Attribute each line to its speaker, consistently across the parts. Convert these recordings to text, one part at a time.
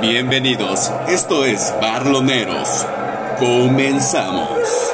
Speaker 1: Bienvenidos, esto es Barloneros. Comenzamos.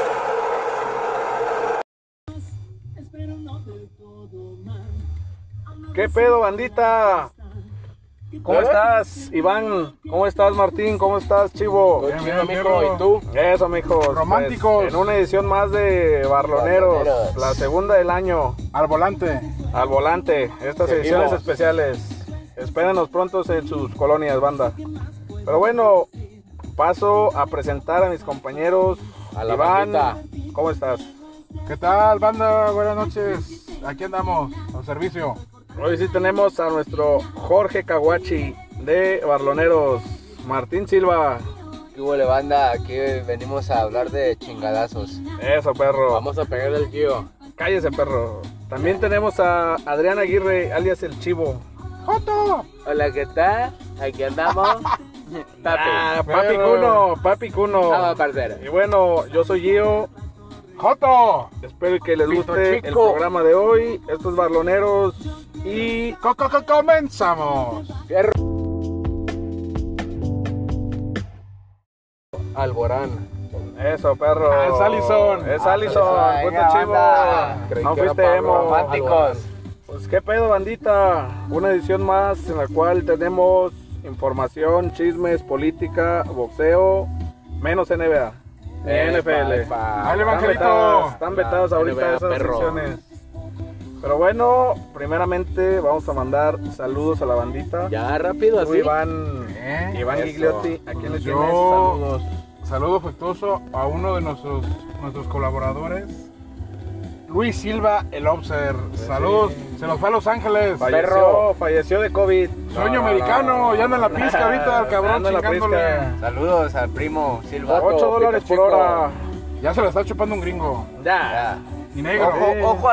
Speaker 2: ¿Qué pedo, bandita? ¿Cómo estás, Iván? ¿Cómo estás, Martín? ¿Cómo estás, Chivo?
Speaker 3: Bien, mijo. ¿Y tú?
Speaker 2: Eso, mijos.
Speaker 3: Románticos.
Speaker 2: Pues, en una edición más de Barloneros, la segunda del año.
Speaker 3: Al volante.
Speaker 2: Al volante, estas
Speaker 3: Seguimos.
Speaker 2: ediciones especiales. Espérenos pronto en sus colonias, banda. Pero bueno, paso a presentar a mis compañeros.
Speaker 4: A la
Speaker 2: Iván,
Speaker 4: bandita.
Speaker 2: ¿cómo estás?
Speaker 3: ¿Qué tal, banda? Buenas noches. Aquí andamos, al servicio.
Speaker 2: Hoy sí tenemos a nuestro Jorge Caguachi de Barloneros, Martín Silva.
Speaker 4: ¿Qué hubo, banda? Aquí venimos a hablar de chingadazos.
Speaker 2: Eso, perro.
Speaker 4: Vamos a pegarle el Gio.
Speaker 2: Cállese, perro. También tenemos a Adrián Aguirre, alias El Chivo.
Speaker 3: ¡Joto!
Speaker 4: Hola, ¿qué tal? Aquí andamos.
Speaker 2: Ah,
Speaker 4: Papi.
Speaker 2: Papi Cuno, Papi Cuno.
Speaker 4: Vamos, parcero.
Speaker 2: Y bueno, yo soy Gio.
Speaker 3: ¡Joto!
Speaker 2: Espero que les
Speaker 3: Pito
Speaker 2: guste el
Speaker 4: chico.
Speaker 2: programa de hoy. Estos Barloneros y...
Speaker 3: ¡Comenzamos!
Speaker 4: Fierro. Alborán.
Speaker 2: Eso, perro.
Speaker 3: Ah, es Allison.
Speaker 2: Es Allison,
Speaker 4: Venga,
Speaker 2: puto Chivo.
Speaker 4: banda. Creí
Speaker 2: No
Speaker 4: que era
Speaker 2: fuiste
Speaker 4: Pablo.
Speaker 2: emo.
Speaker 4: Románticos.
Speaker 2: Pues qué pedo, bandita. Una edición más en la cual tenemos información, chismes, política, boxeo, menos NBA y NFL.
Speaker 3: Dale,
Speaker 2: Están
Speaker 3: Evangelito.
Speaker 2: vetadas, están vetadas
Speaker 4: Ah,
Speaker 2: ahorita
Speaker 4: NBA,
Speaker 2: esas
Speaker 4: perro.
Speaker 2: secciones. Pero bueno, primeramente vamos a mandar saludos a la bandita.
Speaker 4: Ya, rápido,
Speaker 2: Tú,
Speaker 4: así.
Speaker 2: Iván
Speaker 4: Eso.
Speaker 2: Gigliotti, ¿a quién le tienes
Speaker 3: Yo-
Speaker 2: saludos?
Speaker 3: Saludo afectuoso a uno de nuestros colaboradores, Luis Silva, el Obser. Saludos. Se nos fue a Los Ángeles.
Speaker 2: Falleció de COVID.
Speaker 3: Sueño americano. Ya anda en la pizca ahorita el cabrón
Speaker 2: Anda en la
Speaker 3: chingándole.
Speaker 2: pizca.
Speaker 4: Saludos al primo Silva.
Speaker 2: $8 por
Speaker 4: Chico.
Speaker 2: hora.
Speaker 3: Ya se la está chupando un gringo.
Speaker 2: Ya.
Speaker 3: Y negro.
Speaker 4: Ojo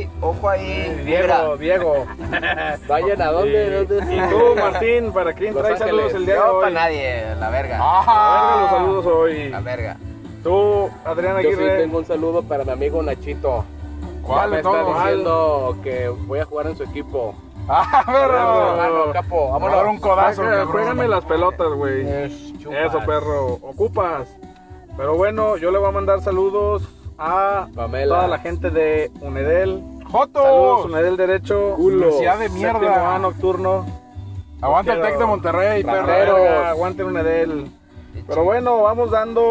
Speaker 4: ahí.
Speaker 2: Diego.
Speaker 4: Vayan a dónde.
Speaker 2: Y tú, Martín, ¿para quién
Speaker 4: Los
Speaker 2: traes saludos
Speaker 4: Ángeles.
Speaker 2: el día de
Speaker 4: Yo
Speaker 2: hoy?
Speaker 4: para nadie, la verga.
Speaker 2: Venga, los saludos hoy.
Speaker 4: La verga.
Speaker 2: Tú, Adrián
Speaker 5: Yo sí
Speaker 2: Aguirre.
Speaker 5: tengo un saludo para mi amigo Nachito.
Speaker 3: ¿Cuál
Speaker 5: Ya me
Speaker 3: de
Speaker 5: está
Speaker 3: todos?
Speaker 5: diciendo que voy a jugar en su equipo.
Speaker 3: Perro.
Speaker 5: Hermano, capo,
Speaker 3: Vamos a dar
Speaker 5: vámonos.
Speaker 3: un codazo, cabrón.
Speaker 2: Juégame las pelotas, güey. Eso, perro. Ocupas. Pero bueno, yo le voy a mandar saludos a
Speaker 5: Pamela.
Speaker 2: toda la gente de Unedel.
Speaker 3: ¡Jotos!
Speaker 2: Saludos, Unedel Derecho.
Speaker 3: Universidad de
Speaker 2: Séptimo
Speaker 3: mierda.
Speaker 2: A nocturno.
Speaker 3: Aguanta el Tec de Monterrey, perro.
Speaker 2: Verga, aguanten Unedel. Pero bueno, vamos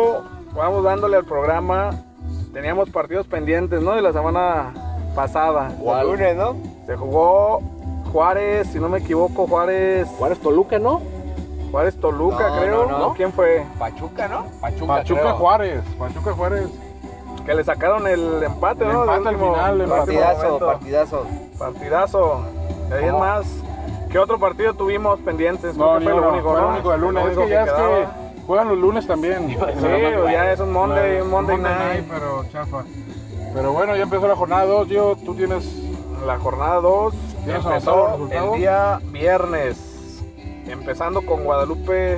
Speaker 2: dándole al programa. Teníamos partidos pendientes, ¿no? De la semana pasada.
Speaker 4: ¿Cuál? Lunes, ¿no?
Speaker 2: Se jugó Juárez, si no me equivoco, Juárez
Speaker 5: Toluca, ¿no?
Speaker 2: Toluca,
Speaker 4: No,
Speaker 2: creo.
Speaker 4: no.
Speaker 2: ¿Quién fue?
Speaker 4: Pachuca, ¿no?
Speaker 3: Pachuca
Speaker 4: creo.
Speaker 3: Juárez. Pachuca Juárez.
Speaker 2: Que le sacaron el empate,
Speaker 3: El
Speaker 2: ¿no?
Speaker 3: empate
Speaker 2: De
Speaker 3: al
Speaker 2: último-
Speaker 3: final, el
Speaker 2: de último momento. Partidazo. Y ahí es
Speaker 3: ¿Cómo?
Speaker 2: más, ¿qué otro partido tuvimos pendientes?
Speaker 3: No,
Speaker 2: Creo que
Speaker 3: ni
Speaker 2: fue
Speaker 3: uno,
Speaker 2: el único,
Speaker 3: fue el
Speaker 2: ¿no?
Speaker 3: único del lunes.
Speaker 2: El
Speaker 3: Es
Speaker 2: único
Speaker 3: que ya es
Speaker 2: quedaba.
Speaker 3: que juegan los lunes también.
Speaker 2: Sí, ya es un Monday night.
Speaker 3: pero chafa. Pero bueno, ya empezó la jornada 2. Tú tienes...
Speaker 2: La jornada 2
Speaker 3: ¿Tienes
Speaker 2: empezó
Speaker 3: anotados los resultados?
Speaker 2: el día viernes. Empezando con Guadalupe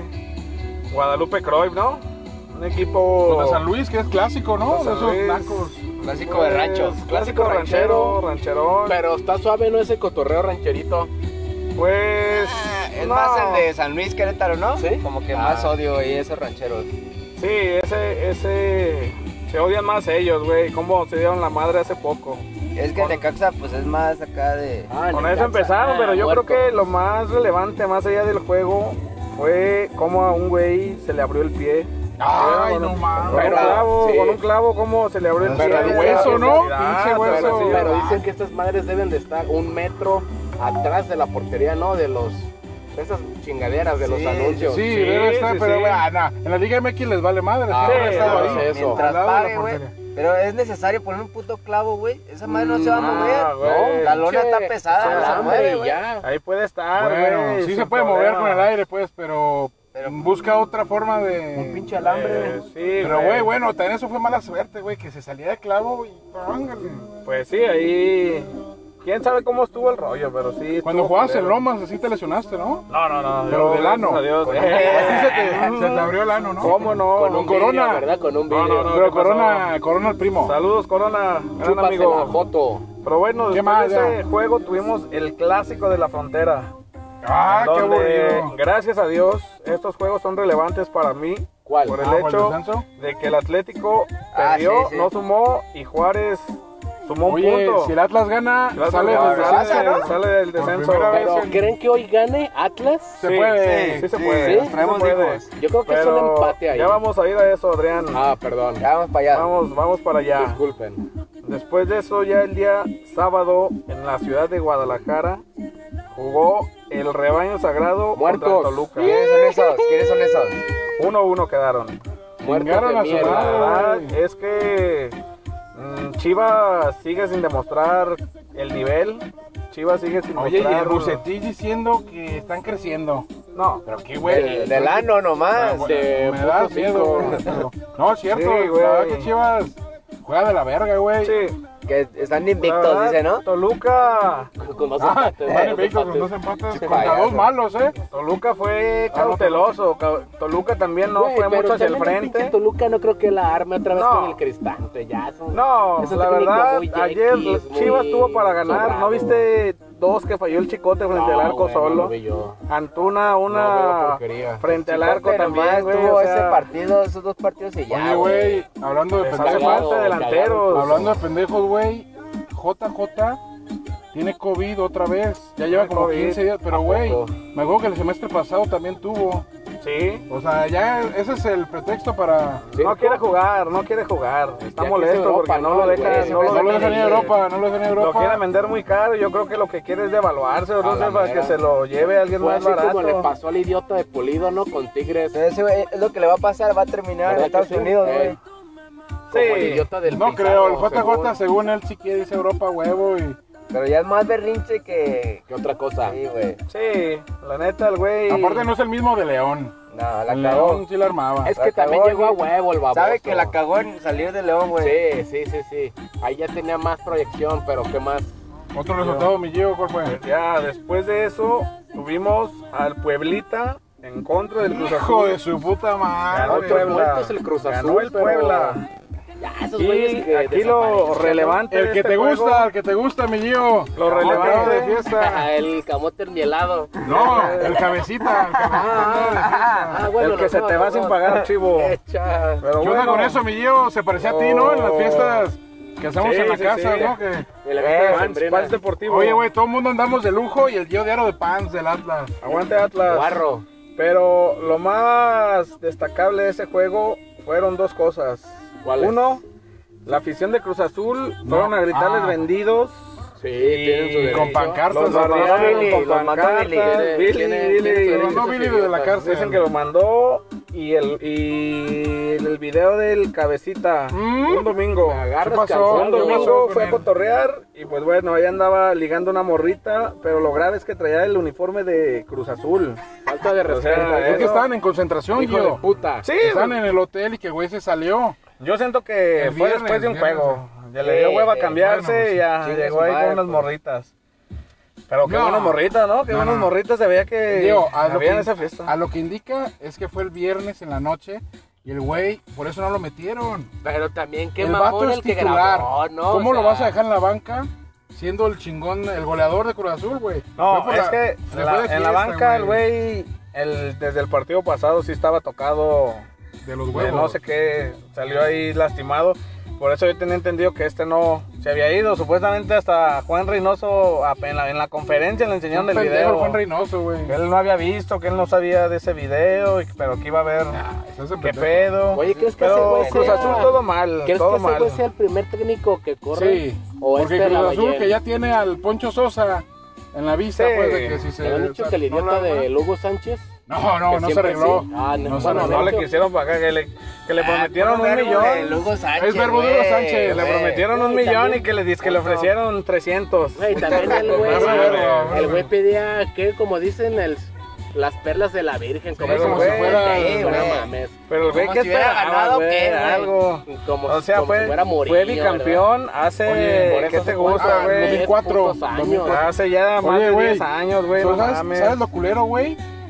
Speaker 2: Cruyff, ¿no? Un equipo...
Speaker 3: Contra San Luis, que es clásico, ¿no?
Speaker 2: San
Speaker 3: De esos
Speaker 2: Luis.
Speaker 3: nacos.
Speaker 4: Clásico de ranchos.
Speaker 2: Clásico rancherón.
Speaker 5: Pero está suave, ¿no? Ese cotorreo rancherito.
Speaker 2: Pues...
Speaker 4: Es
Speaker 2: no.
Speaker 4: más el de San Luis Querétaro, ¿no?
Speaker 5: ¿Sí?
Speaker 4: Como que
Speaker 5: Ah.
Speaker 4: más odio y esos rancheros.
Speaker 2: Sí, ese... Se odian más ellos, güey. Como se dieron la madre hace poco.
Speaker 4: Es que el Necaxa pues es más acá de...
Speaker 2: Con eso empezaron, pero yo creo que lo más relevante, más allá del juego, fue cómo a un güey se le abrió el pie.
Speaker 3: Ay,
Speaker 2: Con
Speaker 3: no
Speaker 2: un-
Speaker 3: mames.
Speaker 2: Con un
Speaker 5: Pero,
Speaker 2: clavo,
Speaker 5: sí.
Speaker 2: con un clavo, cómo se le abrió el pie.
Speaker 3: Pero el
Speaker 2: Esa
Speaker 3: hueso, ¿no?
Speaker 2: especialidad,
Speaker 3: Pinche hueso.
Speaker 2: pero sí,
Speaker 5: Pero
Speaker 2: ¿verdad?
Speaker 5: dicen que estas madres deben de estar 1 metro atrás de la portería, ¿no? De esas chingaderas de los anuncios.
Speaker 3: Sí,
Speaker 2: Sí,
Speaker 3: debe estar,
Speaker 2: sí,
Speaker 3: pero
Speaker 2: sí.
Speaker 3: bueno, en la Liga MX les vale madre.
Speaker 5: Ah,
Speaker 3: siempre
Speaker 2: sí,
Speaker 3: han estado
Speaker 5: no,
Speaker 3: ahí.
Speaker 5: es eso.
Speaker 4: Mientras
Speaker 3: Al lado de la
Speaker 4: pare, güey.
Speaker 3: portería.
Speaker 4: Pero es necesario poner un puto clavo, güey. Esa madre no se va a mover.
Speaker 2: güey.
Speaker 4: La lona está pesada, no se
Speaker 5: alambre
Speaker 4: mueve,
Speaker 5: y
Speaker 4: güey.
Speaker 5: ya.
Speaker 2: Ahí puede estar,
Speaker 3: Bueno,
Speaker 2: güey,
Speaker 3: sí
Speaker 2: sin
Speaker 3: se puede mover
Speaker 2: problema.
Speaker 3: con el aire, pues, pero
Speaker 4: Pero-
Speaker 3: busca otra forma de...
Speaker 5: Un pinche alambre.
Speaker 2: Sí,
Speaker 3: Pero, güey, bueno, también eso fue mala suerte, güey, que se salía de clavo y... póngale.
Speaker 2: Pues sí, ahí... Quién sabe cómo estuvo el rollo, pero sí.
Speaker 3: Cuando
Speaker 2: estuvo
Speaker 3: jugabas en
Speaker 2: culero.
Speaker 3: Lomas, así te lesionaste, ¿no?
Speaker 2: No.
Speaker 3: Pero
Speaker 2: yo,
Speaker 3: del ano.
Speaker 2: gracias a Dios.
Speaker 3: Así se te abrió el ano, ¿no?
Speaker 2: ¿Cómo no?
Speaker 5: Con un
Speaker 3: Corona.
Speaker 5: vídeo, ¿verdad? Con un
Speaker 2: No,
Speaker 5: vídeo.
Speaker 2: no,
Speaker 3: Pero
Speaker 2: ¿qué pasó?
Speaker 3: Corona el primo.
Speaker 2: Saludos, Corona. Gran
Speaker 5: Chúpase
Speaker 2: amigo.
Speaker 5: la foto.
Speaker 2: Pero bueno,
Speaker 3: ¿Qué
Speaker 2: después
Speaker 3: más,
Speaker 2: de ese
Speaker 3: ya?
Speaker 2: juego tuvimos el clásico de la frontera.
Speaker 3: Ah, qué
Speaker 2: donde,
Speaker 3: aburrido.
Speaker 2: gracias a Dios, estos juegos son relevantes para mí.
Speaker 5: ¿Cuál?
Speaker 2: Por el
Speaker 3: ¿por el
Speaker 2: hecho
Speaker 3: descenso?
Speaker 2: de que el Atlético
Speaker 4: Ah,
Speaker 2: perdió,
Speaker 4: sí, sí.
Speaker 2: no sumó, y Juárez sumó un
Speaker 3: Oye,
Speaker 2: punto.
Speaker 3: si el Atlas gana,
Speaker 2: El Atlas
Speaker 3: sale
Speaker 2: gana,
Speaker 3: del
Speaker 4: ¿no?
Speaker 3: descenso.
Speaker 2: sale del
Speaker 3: Por
Speaker 2: descenso.
Speaker 3: primera vez.
Speaker 5: ¿Pero creen que hoy gane Atlas?
Speaker 3: Se puede.
Speaker 2: Sí, se
Speaker 4: Sí,
Speaker 2: puede.
Speaker 5: sí,
Speaker 2: sí se
Speaker 4: traemos
Speaker 2: puede.
Speaker 4: hijos.
Speaker 5: Yo creo que es un
Speaker 2: Pero
Speaker 5: empate ahí.
Speaker 2: ya vamos a ir a eso, Adrián.
Speaker 5: Ah, perdón.
Speaker 4: Ya vamos para allá.
Speaker 2: Vamos para allá.
Speaker 5: Disculpen.
Speaker 2: Después de eso, ya el día sábado, en la ciudad de Guadalajara, jugó el rebaño sagrado
Speaker 5: Muertos.
Speaker 2: contra Toluca.
Speaker 4: ¿Quiénes son esos? ¿Quiénes son esos?
Speaker 2: 1-1 quedaron.
Speaker 5: Muertos
Speaker 3: Chingaron
Speaker 5: de
Speaker 3: a su
Speaker 2: La
Speaker 5: mierda.
Speaker 2: verdad
Speaker 3: güey.
Speaker 2: es que Chivas sigue sin demostrar el nivel. Chivas sigue sin
Speaker 3: Oye, y
Speaker 2: mostrar...
Speaker 3: el Bucetich diciendo que están creciendo.
Speaker 2: No,
Speaker 3: Pero qué güey.
Speaker 4: Del ano nomás.
Speaker 5: de
Speaker 3: Me da
Speaker 5: puto
Speaker 3: miedo,
Speaker 5: cinco.
Speaker 3: güey. Pero- No, es cierto.
Speaker 2: Sí, güey.
Speaker 3: La verdad que Chivas juega de la verga, güey.
Speaker 2: sí.
Speaker 4: Que están
Speaker 2: la
Speaker 4: invictos,
Speaker 2: verdad,
Speaker 4: dice, ¿no?
Speaker 2: Con
Speaker 5: Con dos
Speaker 3: Ah,
Speaker 5: empates.
Speaker 3: van
Speaker 5: dos
Speaker 3: invictos con
Speaker 5: empates.
Speaker 3: dos empates
Speaker 4: Sí,
Speaker 3: contra
Speaker 4: payaso.
Speaker 3: dos malos, ¿eh?
Speaker 2: Toluca fue
Speaker 3: Ah, no,
Speaker 2: cauteloso. Toluca también no
Speaker 5: Güey,
Speaker 2: fue
Speaker 5: pero
Speaker 2: mucho hacia el
Speaker 5: también el
Speaker 2: frente.
Speaker 5: pinche Toluca no creo que la arme otra vez
Speaker 2: No.
Speaker 5: con el Cristante. Ya es un-
Speaker 2: No,
Speaker 5: es un
Speaker 2: la
Speaker 5: técnico
Speaker 2: verdad,
Speaker 5: muy
Speaker 2: ayer
Speaker 5: X, muy
Speaker 2: Chivas tuvo para ganar.
Speaker 5: sobrado.
Speaker 2: ¿No viste dos que falló el Chicote frente al arco
Speaker 5: güey, no
Speaker 2: solo?
Speaker 5: lo vi yo.
Speaker 2: Antuna
Speaker 5: No,
Speaker 2: una
Speaker 5: veo porquería.
Speaker 2: frente al arco
Speaker 4: Chicote
Speaker 2: también,
Speaker 4: nomás
Speaker 2: güey.
Speaker 4: tuvo
Speaker 2: o
Speaker 4: ese
Speaker 2: sea,
Speaker 4: partido, esos dos partidos y ya,
Speaker 3: Oye, güey, hablando de
Speaker 2: les hace
Speaker 3: pendejos.
Speaker 2: falta delanteros.
Speaker 3: Hablando de pendejos, güey. JJ tiene COVID otra vez. Ya lleva como
Speaker 2: COVID.
Speaker 3: 15 días. Pero, güey,
Speaker 5: poco?
Speaker 3: me acuerdo que el semestre pasado también tuvo.
Speaker 2: Sí.
Speaker 3: O sea, ya ese es el pretexto para.
Speaker 5: Sí,
Speaker 2: No quiere jugar, no quiere jugar. Está
Speaker 5: Ya
Speaker 2: molesto
Speaker 5: quiso Europa,
Speaker 2: porque no
Speaker 5: ¿no?
Speaker 2: lo
Speaker 5: Güey,
Speaker 2: deja,
Speaker 5: ese
Speaker 2: no lo
Speaker 3: No lo dejan ir a
Speaker 2: ir.
Speaker 3: Europa, no lo dejan ir a
Speaker 2: Lo quiere
Speaker 3: Europa.
Speaker 2: vender muy caro. Yo creo que lo que quiere es devaluarse, o no
Speaker 5: A
Speaker 2: sé,
Speaker 5: la
Speaker 2: para
Speaker 5: mera.
Speaker 2: que se lo lleve a alguien
Speaker 5: Fue
Speaker 2: más
Speaker 5: así como le
Speaker 2: barato.
Speaker 5: pasó al idiota de Pulido, ¿no? Con Tigres.
Speaker 4: Ese güey, es lo que le va a pasar, va a terminar en
Speaker 5: ¿Verdad
Speaker 4: Estados
Speaker 5: que sí?
Speaker 4: Unidos, güey.
Speaker 5: Como el
Speaker 2: Sí.
Speaker 5: idiota del
Speaker 3: No
Speaker 5: Pizarro,
Speaker 3: creo, el JJ
Speaker 5: según.
Speaker 3: según él sí quiere irse a Europa, huevo. Y
Speaker 4: Pero ya es más berrinche que...
Speaker 5: ¿Qué otra cosa?
Speaker 4: Sí, güey.
Speaker 2: Sí, la neta, el güey.
Speaker 3: aparte no es el mismo de León.
Speaker 4: No, la
Speaker 3: El
Speaker 4: cagó.
Speaker 3: León sí la armaba.
Speaker 5: Es
Speaker 4: La
Speaker 5: que también
Speaker 4: cagó,
Speaker 5: llegó a
Speaker 4: güey.
Speaker 5: huevo el baboso.
Speaker 4: Sabe que la cagó en salir de León, güey.
Speaker 5: Sí. Ahí ya tenía más proyección, pero ¿qué más?
Speaker 3: Otro resultado, mi Gio, ¿cuál fue?
Speaker 2: Pues ya, después de eso, tuvimos al Pueblita en contra del Cruz
Speaker 3: Hijo
Speaker 2: Azul.
Speaker 3: de su puta
Speaker 2: Ganó
Speaker 3: madre.
Speaker 2: el
Speaker 5: Otros
Speaker 2: Puebla.
Speaker 5: muertos el Cruz
Speaker 2: Ganó
Speaker 5: Azul,
Speaker 2: el
Speaker 5: pero-
Speaker 2: Puebla.
Speaker 5: Ya, esos
Speaker 2: Y
Speaker 5: güeyes que
Speaker 2: aquí lo
Speaker 5: desaparecen,
Speaker 2: relevante
Speaker 3: El
Speaker 2: de
Speaker 3: que
Speaker 2: este
Speaker 3: te
Speaker 2: juego-
Speaker 3: gusta, el que te gusta, mi Gio.
Speaker 2: Lo relevante
Speaker 3: de
Speaker 5: ¿no?
Speaker 3: fiesta.
Speaker 5: El camote mielado.
Speaker 3: No, el cabecita, el cabecita.
Speaker 5: Bueno,
Speaker 2: el que se te va sin pagar, chivo.
Speaker 5: Echa.
Speaker 2: Pero
Speaker 3: ¿Qué onda con eso, mi Gio? Se parecía a ti, ¿no? En las fiestas que hacemos
Speaker 2: Sí,
Speaker 3: en la
Speaker 2: sí,
Speaker 3: casa,
Speaker 2: sí.
Speaker 3: ¿no? Que...
Speaker 5: De la fiesta
Speaker 2: Pans
Speaker 5: decembrina.
Speaker 2: Deportivo.
Speaker 3: Oye, güey, todo el mundo andamos de lujo y el Gio diario de Pans del Atlas.
Speaker 2: Aguante Atlas.
Speaker 5: Guarro.
Speaker 2: Pero lo más destacable de ese juego fueron dos cosas.
Speaker 5: ¿Cuáles?
Speaker 2: Uno, la afición de Cruz Azul fueron a gritarles
Speaker 3: Ah.
Speaker 2: vendidos.
Speaker 5: Sí, tienen su derecho.
Speaker 3: con pancartas.
Speaker 2: Los
Speaker 3: Los
Speaker 2: barriaron
Speaker 4: Billy,
Speaker 2: con
Speaker 4: los mandó
Speaker 2: pancartas.
Speaker 4: Billy.
Speaker 2: Billy,
Speaker 5: Tiene
Speaker 2: Billy.
Speaker 5: su derecho.
Speaker 3: Mandó Billy desde la cárcel.
Speaker 2: Dicen que lo mandó y el video del cabecita un domingo.
Speaker 5: Me agarras
Speaker 3: ¿Qué pasó?
Speaker 5: calzón,
Speaker 2: Un
Speaker 3: ¿Qué
Speaker 2: domingo
Speaker 3: pasó
Speaker 2: fue a
Speaker 3: con él?
Speaker 2: cotorrear y pues bueno, ahí andaba ligando una morrita, pero lo grave es que traía el uniforme de Cruz Azul.
Speaker 5: Falta de respeto.
Speaker 2: sea,
Speaker 3: Es que
Speaker 2: eso-
Speaker 3: estaban en concentración,
Speaker 5: Hijo de
Speaker 3: Gio.
Speaker 5: puta.
Speaker 2: Sí,
Speaker 3: Están en el hotel y que el güey se salió.
Speaker 2: yo siento que
Speaker 3: El
Speaker 2: fue
Speaker 3: viernes,
Speaker 2: después de un
Speaker 3: viernes.
Speaker 2: juego. Ya le dio hueva a cambiarse
Speaker 3: bueno,
Speaker 2: y ya
Speaker 4: chingue
Speaker 2: llegó
Speaker 4: su
Speaker 2: ahí con
Speaker 4: madre,
Speaker 2: unas
Speaker 4: pues.
Speaker 2: morritas. Pero qué
Speaker 3: No.
Speaker 2: buenas morritas, ¿no? Qué
Speaker 3: No,
Speaker 2: buenas
Speaker 3: no.
Speaker 2: morritas se veía que
Speaker 3: Digo,
Speaker 2: había en esa fiesta.
Speaker 3: a lo que indica es que fue el viernes en la noche y el güey, por eso no lo metieron.
Speaker 5: Pero también qué
Speaker 3: El vato
Speaker 5: mamón
Speaker 3: es
Speaker 5: el que
Speaker 3: titular.
Speaker 5: grabó, ¿no?
Speaker 3: ¿Cómo
Speaker 5: O
Speaker 3: lo
Speaker 5: sea,
Speaker 3: vas a dejar en la banca siendo el chingón, el goleador de Cruz Azul, güey?
Speaker 2: No,
Speaker 3: Fue por
Speaker 2: es que
Speaker 3: se fue de
Speaker 2: en la
Speaker 3: fiesta,
Speaker 2: banca el güey, desde el partido pasado sí estaba tocado
Speaker 3: de los
Speaker 2: de
Speaker 3: huevos.
Speaker 2: no sé qué, salió ahí lastimado. Por eso yo tenía entendido que este no se había ido. Supuestamente hasta Juan Reynoso en la conferencia le enseñaron el
Speaker 3: pendejo,
Speaker 2: video.
Speaker 3: Juan Reynoso, güey.
Speaker 2: Que él no había visto, que él no sabía de ese video, pero que iba a ver
Speaker 3: Se hace
Speaker 2: qué
Speaker 3: pendejo.
Speaker 2: pedo.
Speaker 5: Oye, ¿crees que ese
Speaker 2: pero
Speaker 5: güey
Speaker 2: Cruz
Speaker 5: sea-
Speaker 2: Azul todo mal,
Speaker 5: ¿Crees
Speaker 2: todo
Speaker 5: que ese
Speaker 2: mal.
Speaker 5: güey sea el primer técnico que corre?
Speaker 3: Sí,
Speaker 5: ¿O
Speaker 3: porque
Speaker 5: este
Speaker 3: Cruz Azul
Speaker 5: Lavallén?
Speaker 3: que ya tiene al Poncho Sosa en la vista,
Speaker 2: Sí.
Speaker 3: pues, de que si se...
Speaker 5: ¿Te han dicho que el
Speaker 3: no
Speaker 5: idiota
Speaker 3: la-
Speaker 5: de Hugo Sánchez?
Speaker 3: No,
Speaker 5: que
Speaker 3: no se
Speaker 5: siempre
Speaker 3: arregló.
Speaker 5: sí? Ah, no,
Speaker 3: No se
Speaker 5: bueno,
Speaker 3: arregló.
Speaker 2: No le
Speaker 5: hecho-
Speaker 2: quisieron pagar, que le prometieron un millón.
Speaker 3: Es verbo de Hugo Sánchez.
Speaker 2: Que le prometieron un
Speaker 5: Güey,
Speaker 2: millón
Speaker 5: también-
Speaker 2: y que le ofrecieron 300.
Speaker 5: Güey, también el güey.
Speaker 3: Vas a verlo.
Speaker 5: El güey pedía, ¿qué? Como dicen, las perlas de la Virgen. Como,
Speaker 2: Pero,
Speaker 5: como
Speaker 2: güey,
Speaker 5: si fuera.
Speaker 4: sí,
Speaker 5: no
Speaker 4: güey.
Speaker 5: mames.
Speaker 2: Pero el güey
Speaker 4: Como
Speaker 2: que
Speaker 4: si hubiera
Speaker 2: esperaba,
Speaker 4: ganado,
Speaker 2: güey,
Speaker 4: ¿qué, güey?
Speaker 2: algo.
Speaker 5: Como,
Speaker 2: O sea,
Speaker 5: como si fuera
Speaker 2: fue
Speaker 5: Mourinho,
Speaker 2: bicampeón
Speaker 5: ¿verdad?
Speaker 2: hace,
Speaker 3: Oye,
Speaker 5: por
Speaker 2: ¿qué
Speaker 5: eso
Speaker 2: te
Speaker 5: se
Speaker 2: gusta,
Speaker 5: cuenta,
Speaker 2: güey?
Speaker 3: 2004.
Speaker 5: 10 putos años.
Speaker 2: Hace ya más
Speaker 3: Oye,
Speaker 2: de
Speaker 3: güey,
Speaker 2: 10 años, güey, no
Speaker 3: ¿sabes,
Speaker 2: mames.
Speaker 3: ¿sabes lo culero, güey?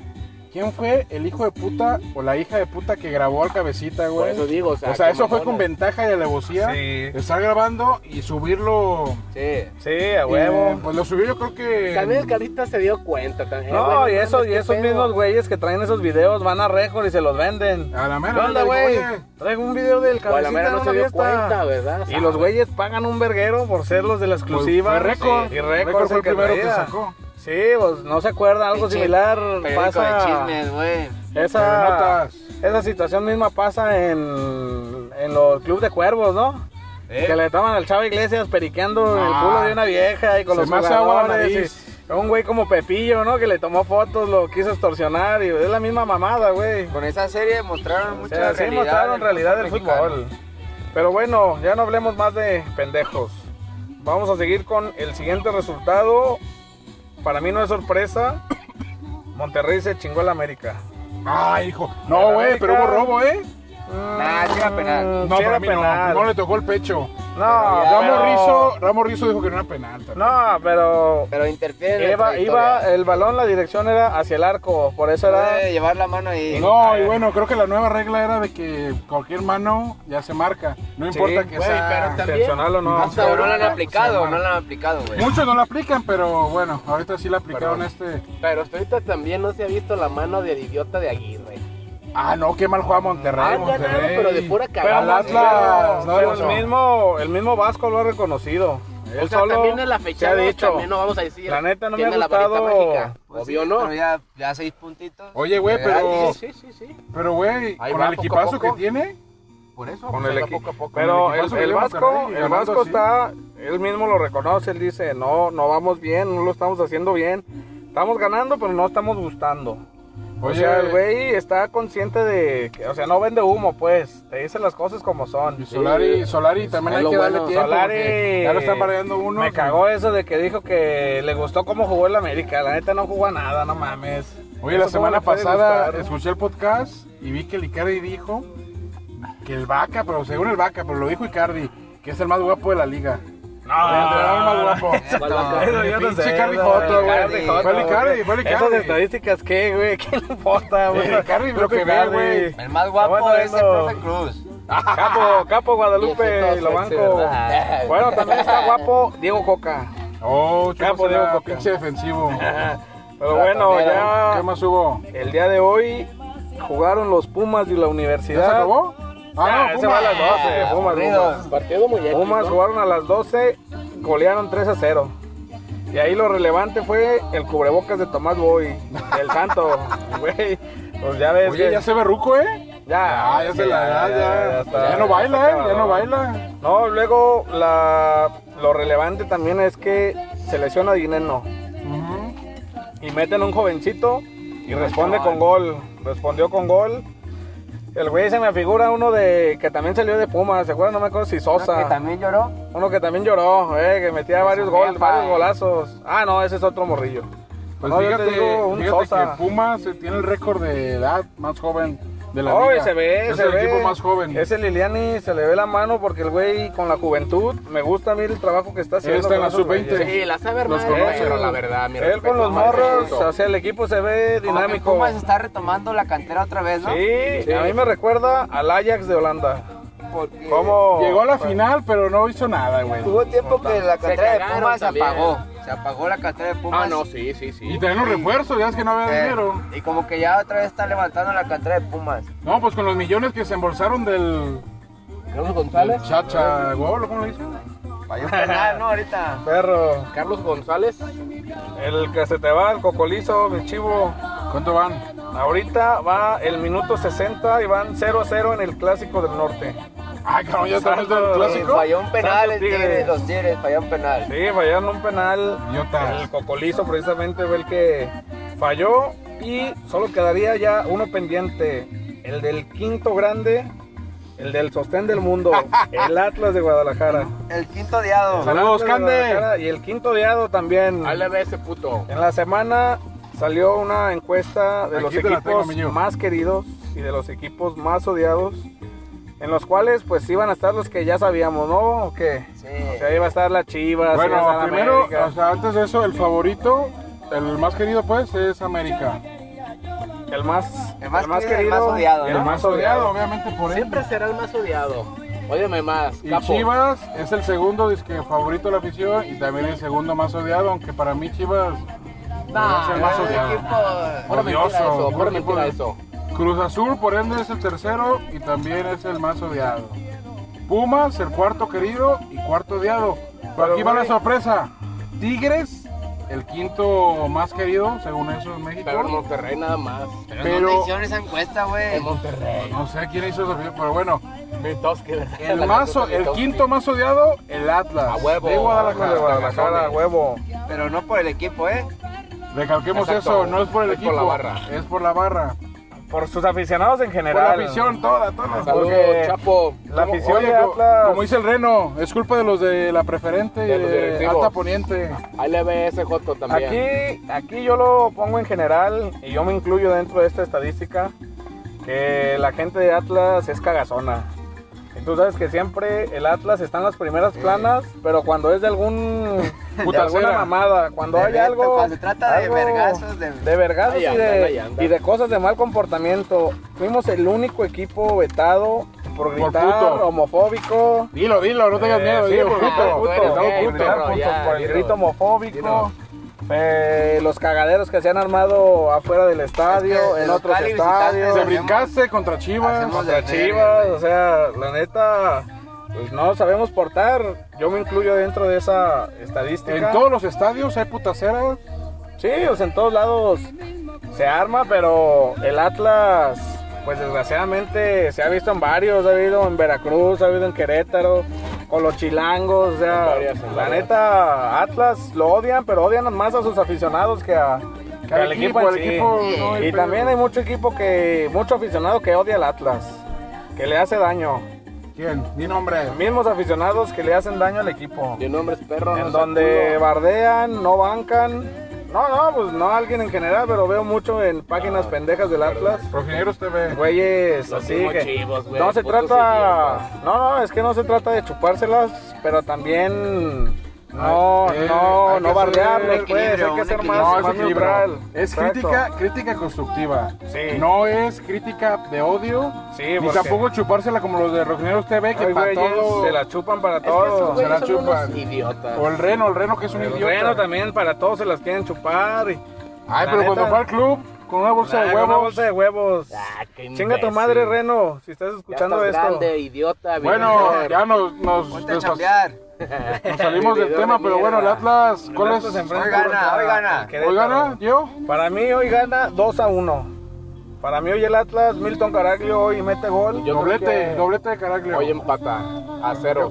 Speaker 3: ¿quién fue el hijo de puta o la hija de puta que grabó al Cabecita, güey?
Speaker 5: Por eso digo, o sea,
Speaker 3: eso fue con ventaja y alevosía.
Speaker 2: Sí.
Speaker 3: Estar grabando y subirlo.
Speaker 5: Sí.
Speaker 2: Sí, a huevo.
Speaker 3: Pues lo subió yo creo que...
Speaker 5: También el Carita se dio cuenta también.
Speaker 2: No,
Speaker 5: güey,
Speaker 2: y esos
Speaker 5: qué
Speaker 2: mismos
Speaker 5: pedo.
Speaker 2: güeyes que traen esos videos van a récord y se los venden.
Speaker 3: A la
Speaker 2: ¿Qué
Speaker 3: mera
Speaker 2: onda,
Speaker 3: le digo,
Speaker 2: güey?
Speaker 3: oye,
Speaker 2: Traigo un video del
Speaker 5: O a la
Speaker 2: Cabecita
Speaker 5: mera
Speaker 2: en
Speaker 5: no se
Speaker 2: una
Speaker 5: dio
Speaker 2: fiesta.
Speaker 5: cuenta, ¿verdad?
Speaker 2: Y los güeyes pagan un verguero por ser los de la exclusiva.
Speaker 3: Fue récord.
Speaker 2: Sí, y récord
Speaker 3: Récord
Speaker 2: es
Speaker 3: fue el primero que
Speaker 2: traía.
Speaker 3: sacó.
Speaker 2: Sí, pues no se acuerda, algo
Speaker 4: Pinche
Speaker 2: similar
Speaker 4: Periódico
Speaker 2: pasa.
Speaker 4: de chismes, güey.
Speaker 2: Esa situación misma pasa en los clubes de cuervos, ¿no? Que le toman al Chavo Iglesias periqueando en el culo de una vieja y con
Speaker 3: Se
Speaker 2: los
Speaker 3: me hace agua la
Speaker 2: jugadores.
Speaker 3: nariz.
Speaker 2: Y un güey como Pepillo, ¿no? Que le tomó fotos, lo quiso extorsionar y es la misma mamada, güey.
Speaker 4: Con esa serie mostraron
Speaker 2: O
Speaker 4: mucha
Speaker 2: sea, sí
Speaker 4: realidad.
Speaker 2: mostraron realidad del
Speaker 4: mexicano.
Speaker 2: fútbol. Pero bueno, ya no hablemos más de pendejos. Vamos a seguir con el siguiente resultado. Para mí no es sorpresa. Monterrey se chingó al América.
Speaker 3: Ay, hijo.
Speaker 2: En
Speaker 3: No, güey,
Speaker 2: América-
Speaker 3: pero hubo robo, ¿eh?
Speaker 4: Nah, sí era penal.
Speaker 3: No,
Speaker 2: Sí era
Speaker 3: para mí
Speaker 2: penal.
Speaker 3: no le tocó el pecho.
Speaker 2: No,
Speaker 3: Ramos Rizzo dijo que no era penal también.
Speaker 2: No, pero
Speaker 4: Pero interfiere en la
Speaker 2: iba
Speaker 4: trayectoria.
Speaker 2: el balón, la dirección era hacia el arco, por eso era.
Speaker 4: Puede llevar la mano ahí.
Speaker 3: No, y bueno, creo que la nueva regla era de que cualquier mano ya se marca. No
Speaker 2: Sí,
Speaker 3: importa que
Speaker 5: güey,
Speaker 3: sea
Speaker 5: pero también-
Speaker 2: intencional o no.
Speaker 5: Hasta
Speaker 4: Pero no la han
Speaker 5: ahora,
Speaker 4: aplicado,
Speaker 3: se
Speaker 4: no la han aplicado, güey.
Speaker 3: Muchos no la aplican, pero bueno, ahorita sí la aplicaron
Speaker 5: Pero hasta ahorita también no se ha visto la mano del idiota de Aguirre.
Speaker 3: Ah, no, qué mal juega Monterrey.
Speaker 5: Han ganado,
Speaker 3: Monterrey.
Speaker 5: pero de pura
Speaker 2: Pero,
Speaker 5: cagada.
Speaker 3: Al Atlas, no
Speaker 2: pero
Speaker 3: le pasó.
Speaker 2: el mismo Vasco lo ha reconocido. Él
Speaker 5: O sea,
Speaker 2: solo
Speaker 5: también en la
Speaker 2: se
Speaker 5: fecha
Speaker 2: ha dicho.
Speaker 5: también no vamos a decir.
Speaker 2: La neta no me ha
Speaker 5: tiene la varita
Speaker 2: gustado.
Speaker 5: mágica.
Speaker 4: Pues
Speaker 5: Obvio
Speaker 4: sí,
Speaker 5: no.
Speaker 4: Pero ya 6 puntitos.
Speaker 3: Oye, güey,
Speaker 4: Legal,
Speaker 3: pero-
Speaker 5: Sí, sí, sí.
Speaker 3: Pero, güey,
Speaker 5: Ahí
Speaker 3: con
Speaker 5: va
Speaker 3: el
Speaker 5: poco a
Speaker 3: equipazo
Speaker 5: poco.
Speaker 3: que tiene.
Speaker 4: Por eso.
Speaker 2: Con
Speaker 5: Pues
Speaker 2: el
Speaker 5: ahí va
Speaker 2: equipo.
Speaker 5: poco a poco.
Speaker 2: Pero
Speaker 3: Con el equipazo que
Speaker 2: el
Speaker 3: lleva
Speaker 2: Vasco,
Speaker 3: Monterrey,
Speaker 2: el
Speaker 3: ganando
Speaker 2: Vasco
Speaker 3: así.
Speaker 2: está, él mismo lo reconoce, él dice, no vamos bien, no lo estamos haciendo bien. Estamos ganando, pero no estamos gustando. O
Speaker 3: Oye,
Speaker 2: sea, el güey está consciente de que, o sea, no vende humo, pues. Te dice las cosas como son.
Speaker 3: y Solari también
Speaker 5: Es
Speaker 3: hay
Speaker 5: lo
Speaker 3: que darle
Speaker 5: bueno.
Speaker 3: tiempo.
Speaker 2: Solari
Speaker 3: porque ya lo están variando uno.
Speaker 2: Me cagó eso de que dijo que le gustó cómo jugó el América. La neta no jugó a nada, no mames.
Speaker 3: Oye, la
Speaker 2: Eso cómo
Speaker 3: semana
Speaker 2: le puede
Speaker 3: pasada
Speaker 2: gustar.
Speaker 3: escuché el podcast y vi que el Icardi dijo que el Vaca, pero según el Vaca, pero lo dijo Icardi, que es el más guapo de la liga. El entrenador más guapo.
Speaker 2: Eso yo no
Speaker 3: Pinche
Speaker 2: sé,
Speaker 3: Icardi
Speaker 2: no,
Speaker 3: Joto, güey.
Speaker 2: Icardi Joto,
Speaker 3: Fue el Icardi, fue el
Speaker 2: Esas
Speaker 3: Icardi.
Speaker 2: estadísticas, ¿qué, güey? ¿Qué le importa, güey?
Speaker 3: El Icardi lo que ve, güey.
Speaker 4: El más guapo
Speaker 2: Está
Speaker 4: es el
Speaker 2: bueno.
Speaker 4: profe Cruz.
Speaker 2: Capo Guadalupe y lo banco. Bueno, también está guapo Diego Coca.
Speaker 3: Oh,
Speaker 2: Capo, Diego
Speaker 3: chúpasela,
Speaker 2: Coca.
Speaker 3: pinche defensivo.
Speaker 2: Pero bueno,
Speaker 3: ¿Qué
Speaker 2: ya
Speaker 3: más hubo?
Speaker 2: el día de hoy jugaron los Pumas de la
Speaker 3: ¿Ya
Speaker 2: universidad.
Speaker 3: se acabó?
Speaker 2: Ya, ese va a las 12, Pumas,
Speaker 4: aburridos.
Speaker 2: Pumas.
Speaker 5: Partido muy épico.
Speaker 2: Pumas jugaron a las 12, golearon 3-0. Y ahí lo relevante fue el cubrebocas de Tomás Boy, el santo, güey. Pues ya ves
Speaker 3: Oye,
Speaker 2: que
Speaker 3: ya se ve ruco, ¿eh?
Speaker 2: ya
Speaker 3: se la ya
Speaker 2: está.
Speaker 3: Ya no baila,
Speaker 2: está
Speaker 3: ¿eh? Ya no
Speaker 2: cabrón.
Speaker 3: baila.
Speaker 2: No, luego lo relevante también es que se lesiona Dineno
Speaker 3: Ujú.
Speaker 2: y meten un jovencito y responde con gol. Respondió con gol. El güey se me figura uno de que también salió de Pumas, ¿se acuerdan? No me acuerdo si Sosa.
Speaker 4: Que también lloró.
Speaker 2: Uno que también lloró, que metía varios goles,
Speaker 4: jefa,
Speaker 2: varios golazos. Ah, no, ese es otro morrillo.
Speaker 3: Pues
Speaker 2: No, yo
Speaker 3: fíjate,
Speaker 2: te digo un
Speaker 3: fíjate
Speaker 2: Sosa.
Speaker 3: que Pumas tiene el récord de edad más joven de la
Speaker 2: No,
Speaker 3: liga.
Speaker 2: se ve,
Speaker 3: es
Speaker 2: se
Speaker 3: el
Speaker 2: ve.
Speaker 3: equipo más joven.
Speaker 2: Ese Liliani se le ve la mano porque el güey con la juventud, me gusta a mí el trabajo que está haciendo.
Speaker 3: está en
Speaker 2: con
Speaker 3: la
Speaker 2: esos
Speaker 3: sub-20.
Speaker 2: güeyes.
Speaker 5: Sí, la sabe
Speaker 3: Los
Speaker 5: armar,
Speaker 3: conoce.
Speaker 5: pero la verdad, mi
Speaker 2: Él
Speaker 5: respeto,
Speaker 2: con los
Speaker 5: más
Speaker 2: morros,
Speaker 5: respeto.
Speaker 2: o sea, el equipo se ve
Speaker 4: Como que
Speaker 2: dinámico.
Speaker 4: Pumas está retomando la cantera otra vez, ¿no?
Speaker 2: Sí, a mí me recuerda al Ajax de Holanda.
Speaker 4: Porque
Speaker 2: ¿Cómo?
Speaker 3: Llegó a la final, pero no hizo nada, güey.
Speaker 4: hubo tiempo que la cantera de
Speaker 5: cagaron
Speaker 4: Pumas se
Speaker 5: también.
Speaker 4: apagó. Se apagó la cantera de Pumas.
Speaker 5: Ah, no, sí.
Speaker 3: Y traen los refuerzos, ya es que no había dinero.
Speaker 4: Y como que ya otra vez está levantando la cantera de Pumas.
Speaker 3: No, pues con los millones que se embolsaron del
Speaker 5: Carlos González.
Speaker 3: Chacha Gol, ¿cómo le dicen?
Speaker 4: Falló un penal, ¿no? Ahorita.
Speaker 2: Perro,
Speaker 5: Carlos González.
Speaker 2: el que se te va, el cocolizo, mi chivo.
Speaker 3: ¿Cuánto van?
Speaker 2: Ahorita va el minuto 60 y van 0-0 en el Clásico del Norte.
Speaker 3: Ay, cabrón, ya estamos del
Speaker 2: Santos.
Speaker 3: clásico.
Speaker 4: Falló un penal
Speaker 2: Santos
Speaker 4: el
Speaker 2: Tigres.
Speaker 4: Tigres, los Tigres, falló un penal.
Speaker 2: Sí, fallaron un penal.
Speaker 3: Idiotas.
Speaker 2: El cocolizo precisamente fue el que falló y solo quedaría ya uno pendiente, el del quinto grande, el del sostén del mundo, el Atlas de Guadalajara.
Speaker 4: El quinto diado.
Speaker 3: Saludos,
Speaker 2: El Atlas de
Speaker 3: Cande.
Speaker 2: Guadalajara y el quinto diado también.
Speaker 5: Ahí le ve ese puto.
Speaker 2: En la semana salió una encuesta de
Speaker 3: Aquí
Speaker 2: los
Speaker 3: te la tengo,
Speaker 2: equipos
Speaker 3: Miño.
Speaker 2: más queridos y de los equipos más odiados, en los cuales pues iban a estar los que ya sabíamos, ¿no? ¿O qué?
Speaker 4: Sí.
Speaker 2: O sea, iba a estar la Chivas, iba a estar
Speaker 3: Bueno,
Speaker 2: la
Speaker 3: primero,
Speaker 2: América.
Speaker 3: o sea, antes de eso, el favorito, el más querido pues, es América.
Speaker 2: el más querido,
Speaker 6: el más odiado,
Speaker 2: y
Speaker 6: ¿no?
Speaker 2: el más odiado.
Speaker 3: obviamente por él.
Speaker 5: Siempre será el más odiado. Óyeme más,
Speaker 3: Y
Speaker 5: capo.
Speaker 3: Chivas es el segundo disque favorito de la afición y también el segundo más odiado, aunque para mí Chivas es el más odiado.
Speaker 5: Pura mentira
Speaker 3: Odioso,
Speaker 5: eso,
Speaker 3: puro
Speaker 5: pura
Speaker 3: equipo
Speaker 5: mentira
Speaker 3: de-
Speaker 5: eso.
Speaker 3: Cruz Azul por ende es el tercero y también es el más odiado. Pumas el cuarto querido y cuarto odiado. Pero aquí va la sorpresa. Tigres el quinto más querido según eso en México.
Speaker 5: Pero en Monterrey nada más.
Speaker 6: ¿Dónde hicieron esa encuesta, güey?
Speaker 5: En Monterrey.
Speaker 3: No sé quién hizo eso, pero bueno.
Speaker 5: Mitowski, ¿verdad?
Speaker 3: El quinto más odiado, el Atlas.
Speaker 5: A huevo.
Speaker 3: De
Speaker 2: De
Speaker 3: Guadalajara.
Speaker 2: Guadalajara, huevo.
Speaker 6: Pero no por el equipo, ¿eh?
Speaker 3: Recalquemos
Speaker 5: Exacto.
Speaker 3: eso, no es por el
Speaker 5: Es por
Speaker 3: equipo,
Speaker 5: la barra.
Speaker 3: es por la barra.
Speaker 2: Por sus aficionados en
Speaker 3: Por la
Speaker 2: general.
Speaker 3: afición, toda.
Speaker 5: Saludos,
Speaker 2: Porque
Speaker 5: Chapo.
Speaker 2: la afición
Speaker 3: Oye,
Speaker 2: de Atlas.
Speaker 3: como dice el Reno, es culpa de los de la preferente y
Speaker 5: De los
Speaker 3: de
Speaker 5: directivos.
Speaker 3: Alta Poniente.
Speaker 5: Ahí le ve ese Joto también.
Speaker 2: Aquí yo lo pongo en general y yo me incluyo dentro de esta estadística que la gente de Atlas es cagazona. Y tú sabes que siempre el Atlas está en las primeras planas, pero cuando es de alguna
Speaker 3: Putacera.
Speaker 2: mamada, cuando
Speaker 6: De
Speaker 2: hay
Speaker 6: reto,
Speaker 2: algo
Speaker 6: cuando se trata de
Speaker 2: algo
Speaker 6: vergazos,
Speaker 2: de vergazos
Speaker 5: Ahí anda.
Speaker 2: y de cosas de mal comportamiento, fuimos el único equipo vetado por gritar,
Speaker 3: puto.
Speaker 2: homofóbico.
Speaker 3: Dilo, no tengas miedo,
Speaker 2: Sí,
Speaker 3: dilo,
Speaker 2: por
Speaker 3: puto.
Speaker 2: gritar,
Speaker 6: Bueno,
Speaker 2: puto,
Speaker 6: bien,
Speaker 2: gritar
Speaker 6: perro,
Speaker 2: puto,
Speaker 5: ya,
Speaker 2: por el
Speaker 5: dilo.
Speaker 2: grito homofóbico.
Speaker 5: Dilo.
Speaker 2: Los cagaderos que se han armado afuera del estadio,
Speaker 6: Es que
Speaker 2: en
Speaker 6: de
Speaker 2: otros
Speaker 6: local y visitante
Speaker 2: estadios,
Speaker 3: Se
Speaker 6: hacemos-
Speaker 3: brincaste contra Chivas.
Speaker 6: hacemos
Speaker 2: contra
Speaker 6: de
Speaker 2: Chivas,
Speaker 6: ver,
Speaker 2: o sea, la neta, pues no sabemos portar. Yo me incluyo dentro de esa estadística.
Speaker 3: En todos los estadios hay putaceras.
Speaker 2: Sí, o sea, en todos lados se arma, pero el Atlas, pues desgraciadamente se ha visto en varios, ha habido en Veracruz, ha habido en Querétaro, con los chilangos, o sea,
Speaker 5: En
Speaker 2: la
Speaker 5: varias.
Speaker 2: neta, Atlas lo odian, pero odian más a sus aficionados que al equipo en
Speaker 3: al
Speaker 2: sí.
Speaker 3: equipo no hay
Speaker 2: Y
Speaker 3: pedo.
Speaker 2: también hay mucho aficionado que odia al Atlas, que le hace daño.
Speaker 3: ¿Quién? Di nombre.
Speaker 2: Mismos aficionados que le hacen daño al equipo.
Speaker 5: Mi nombre es perro. no
Speaker 2: En
Speaker 5: seas
Speaker 2: donde
Speaker 5: culo.
Speaker 2: bardean, no bancan. Pues no alguien en general, pero veo mucho en páginas pendejas del Atlas.
Speaker 3: Rojineros TV.
Speaker 2: Güeyes,
Speaker 5: Los
Speaker 2: así
Speaker 5: mismos
Speaker 2: que
Speaker 5: chivos, güey,
Speaker 2: no se
Speaker 5: putos
Speaker 2: trata,
Speaker 5: idiotas.
Speaker 2: no, es que no se trata de chupárselas, pero también no
Speaker 3: hay que
Speaker 2: bardearlos,
Speaker 3: hacer
Speaker 2: pues, hay
Speaker 6: equilibrio,
Speaker 2: que
Speaker 6: un
Speaker 2: ser
Speaker 6: equilibrio.
Speaker 2: más,
Speaker 3: No, es
Speaker 2: más
Speaker 3: equilibrio.
Speaker 2: neutral.
Speaker 3: Es
Speaker 2: Exacto.
Speaker 3: crítica constructiva.
Speaker 2: Sí.
Speaker 3: No es crítica de odio.
Speaker 2: Sí,
Speaker 3: Ni
Speaker 2: porque
Speaker 3: tampoco chupársela como los de Rojineros TV que
Speaker 2: hay
Speaker 3: para
Speaker 2: güeyes
Speaker 3: todo.
Speaker 2: se la chupan para
Speaker 5: Es que esos
Speaker 2: todo.
Speaker 3: se la
Speaker 5: güeyes son unos
Speaker 3: chupan.
Speaker 5: idiotas.
Speaker 3: O el Reno que es un
Speaker 2: El
Speaker 3: idiota.
Speaker 2: Reno también para todos se las quieren chupar.
Speaker 3: Ay,
Speaker 2: La
Speaker 3: pero cuando
Speaker 2: neta-
Speaker 3: fue al club con una bolsa de
Speaker 2: Una
Speaker 3: huevos.
Speaker 2: bolsa de huevos.
Speaker 5: Ah, qué
Speaker 2: Chinga tu
Speaker 5: imbécil.
Speaker 2: madre, Reno, si estás
Speaker 5: Ya
Speaker 2: escuchando
Speaker 5: estás
Speaker 2: esto.
Speaker 5: grande, idiota.
Speaker 3: Bueno,
Speaker 5: virgen.
Speaker 3: ya nos
Speaker 6: Ponte a chambear.
Speaker 3: salimos del
Speaker 5: Video
Speaker 3: tema,
Speaker 5: de
Speaker 3: pero bueno, el
Speaker 5: mierda.
Speaker 3: Atlas, ¿cuál es?
Speaker 2: Atlas se enfrenta
Speaker 6: Hoy gana,
Speaker 2: contra
Speaker 6: hoy gana.
Speaker 2: el Querétaro.
Speaker 3: ¿Hoy gana? ¿Yo?
Speaker 2: Para mí hoy gana 2-1. Para mí hoy el Atlas, Milton Caraglio hoy mete gol.
Speaker 5: Yo creo que
Speaker 3: Doblete de Caraglio.
Speaker 5: hoy empata a 0.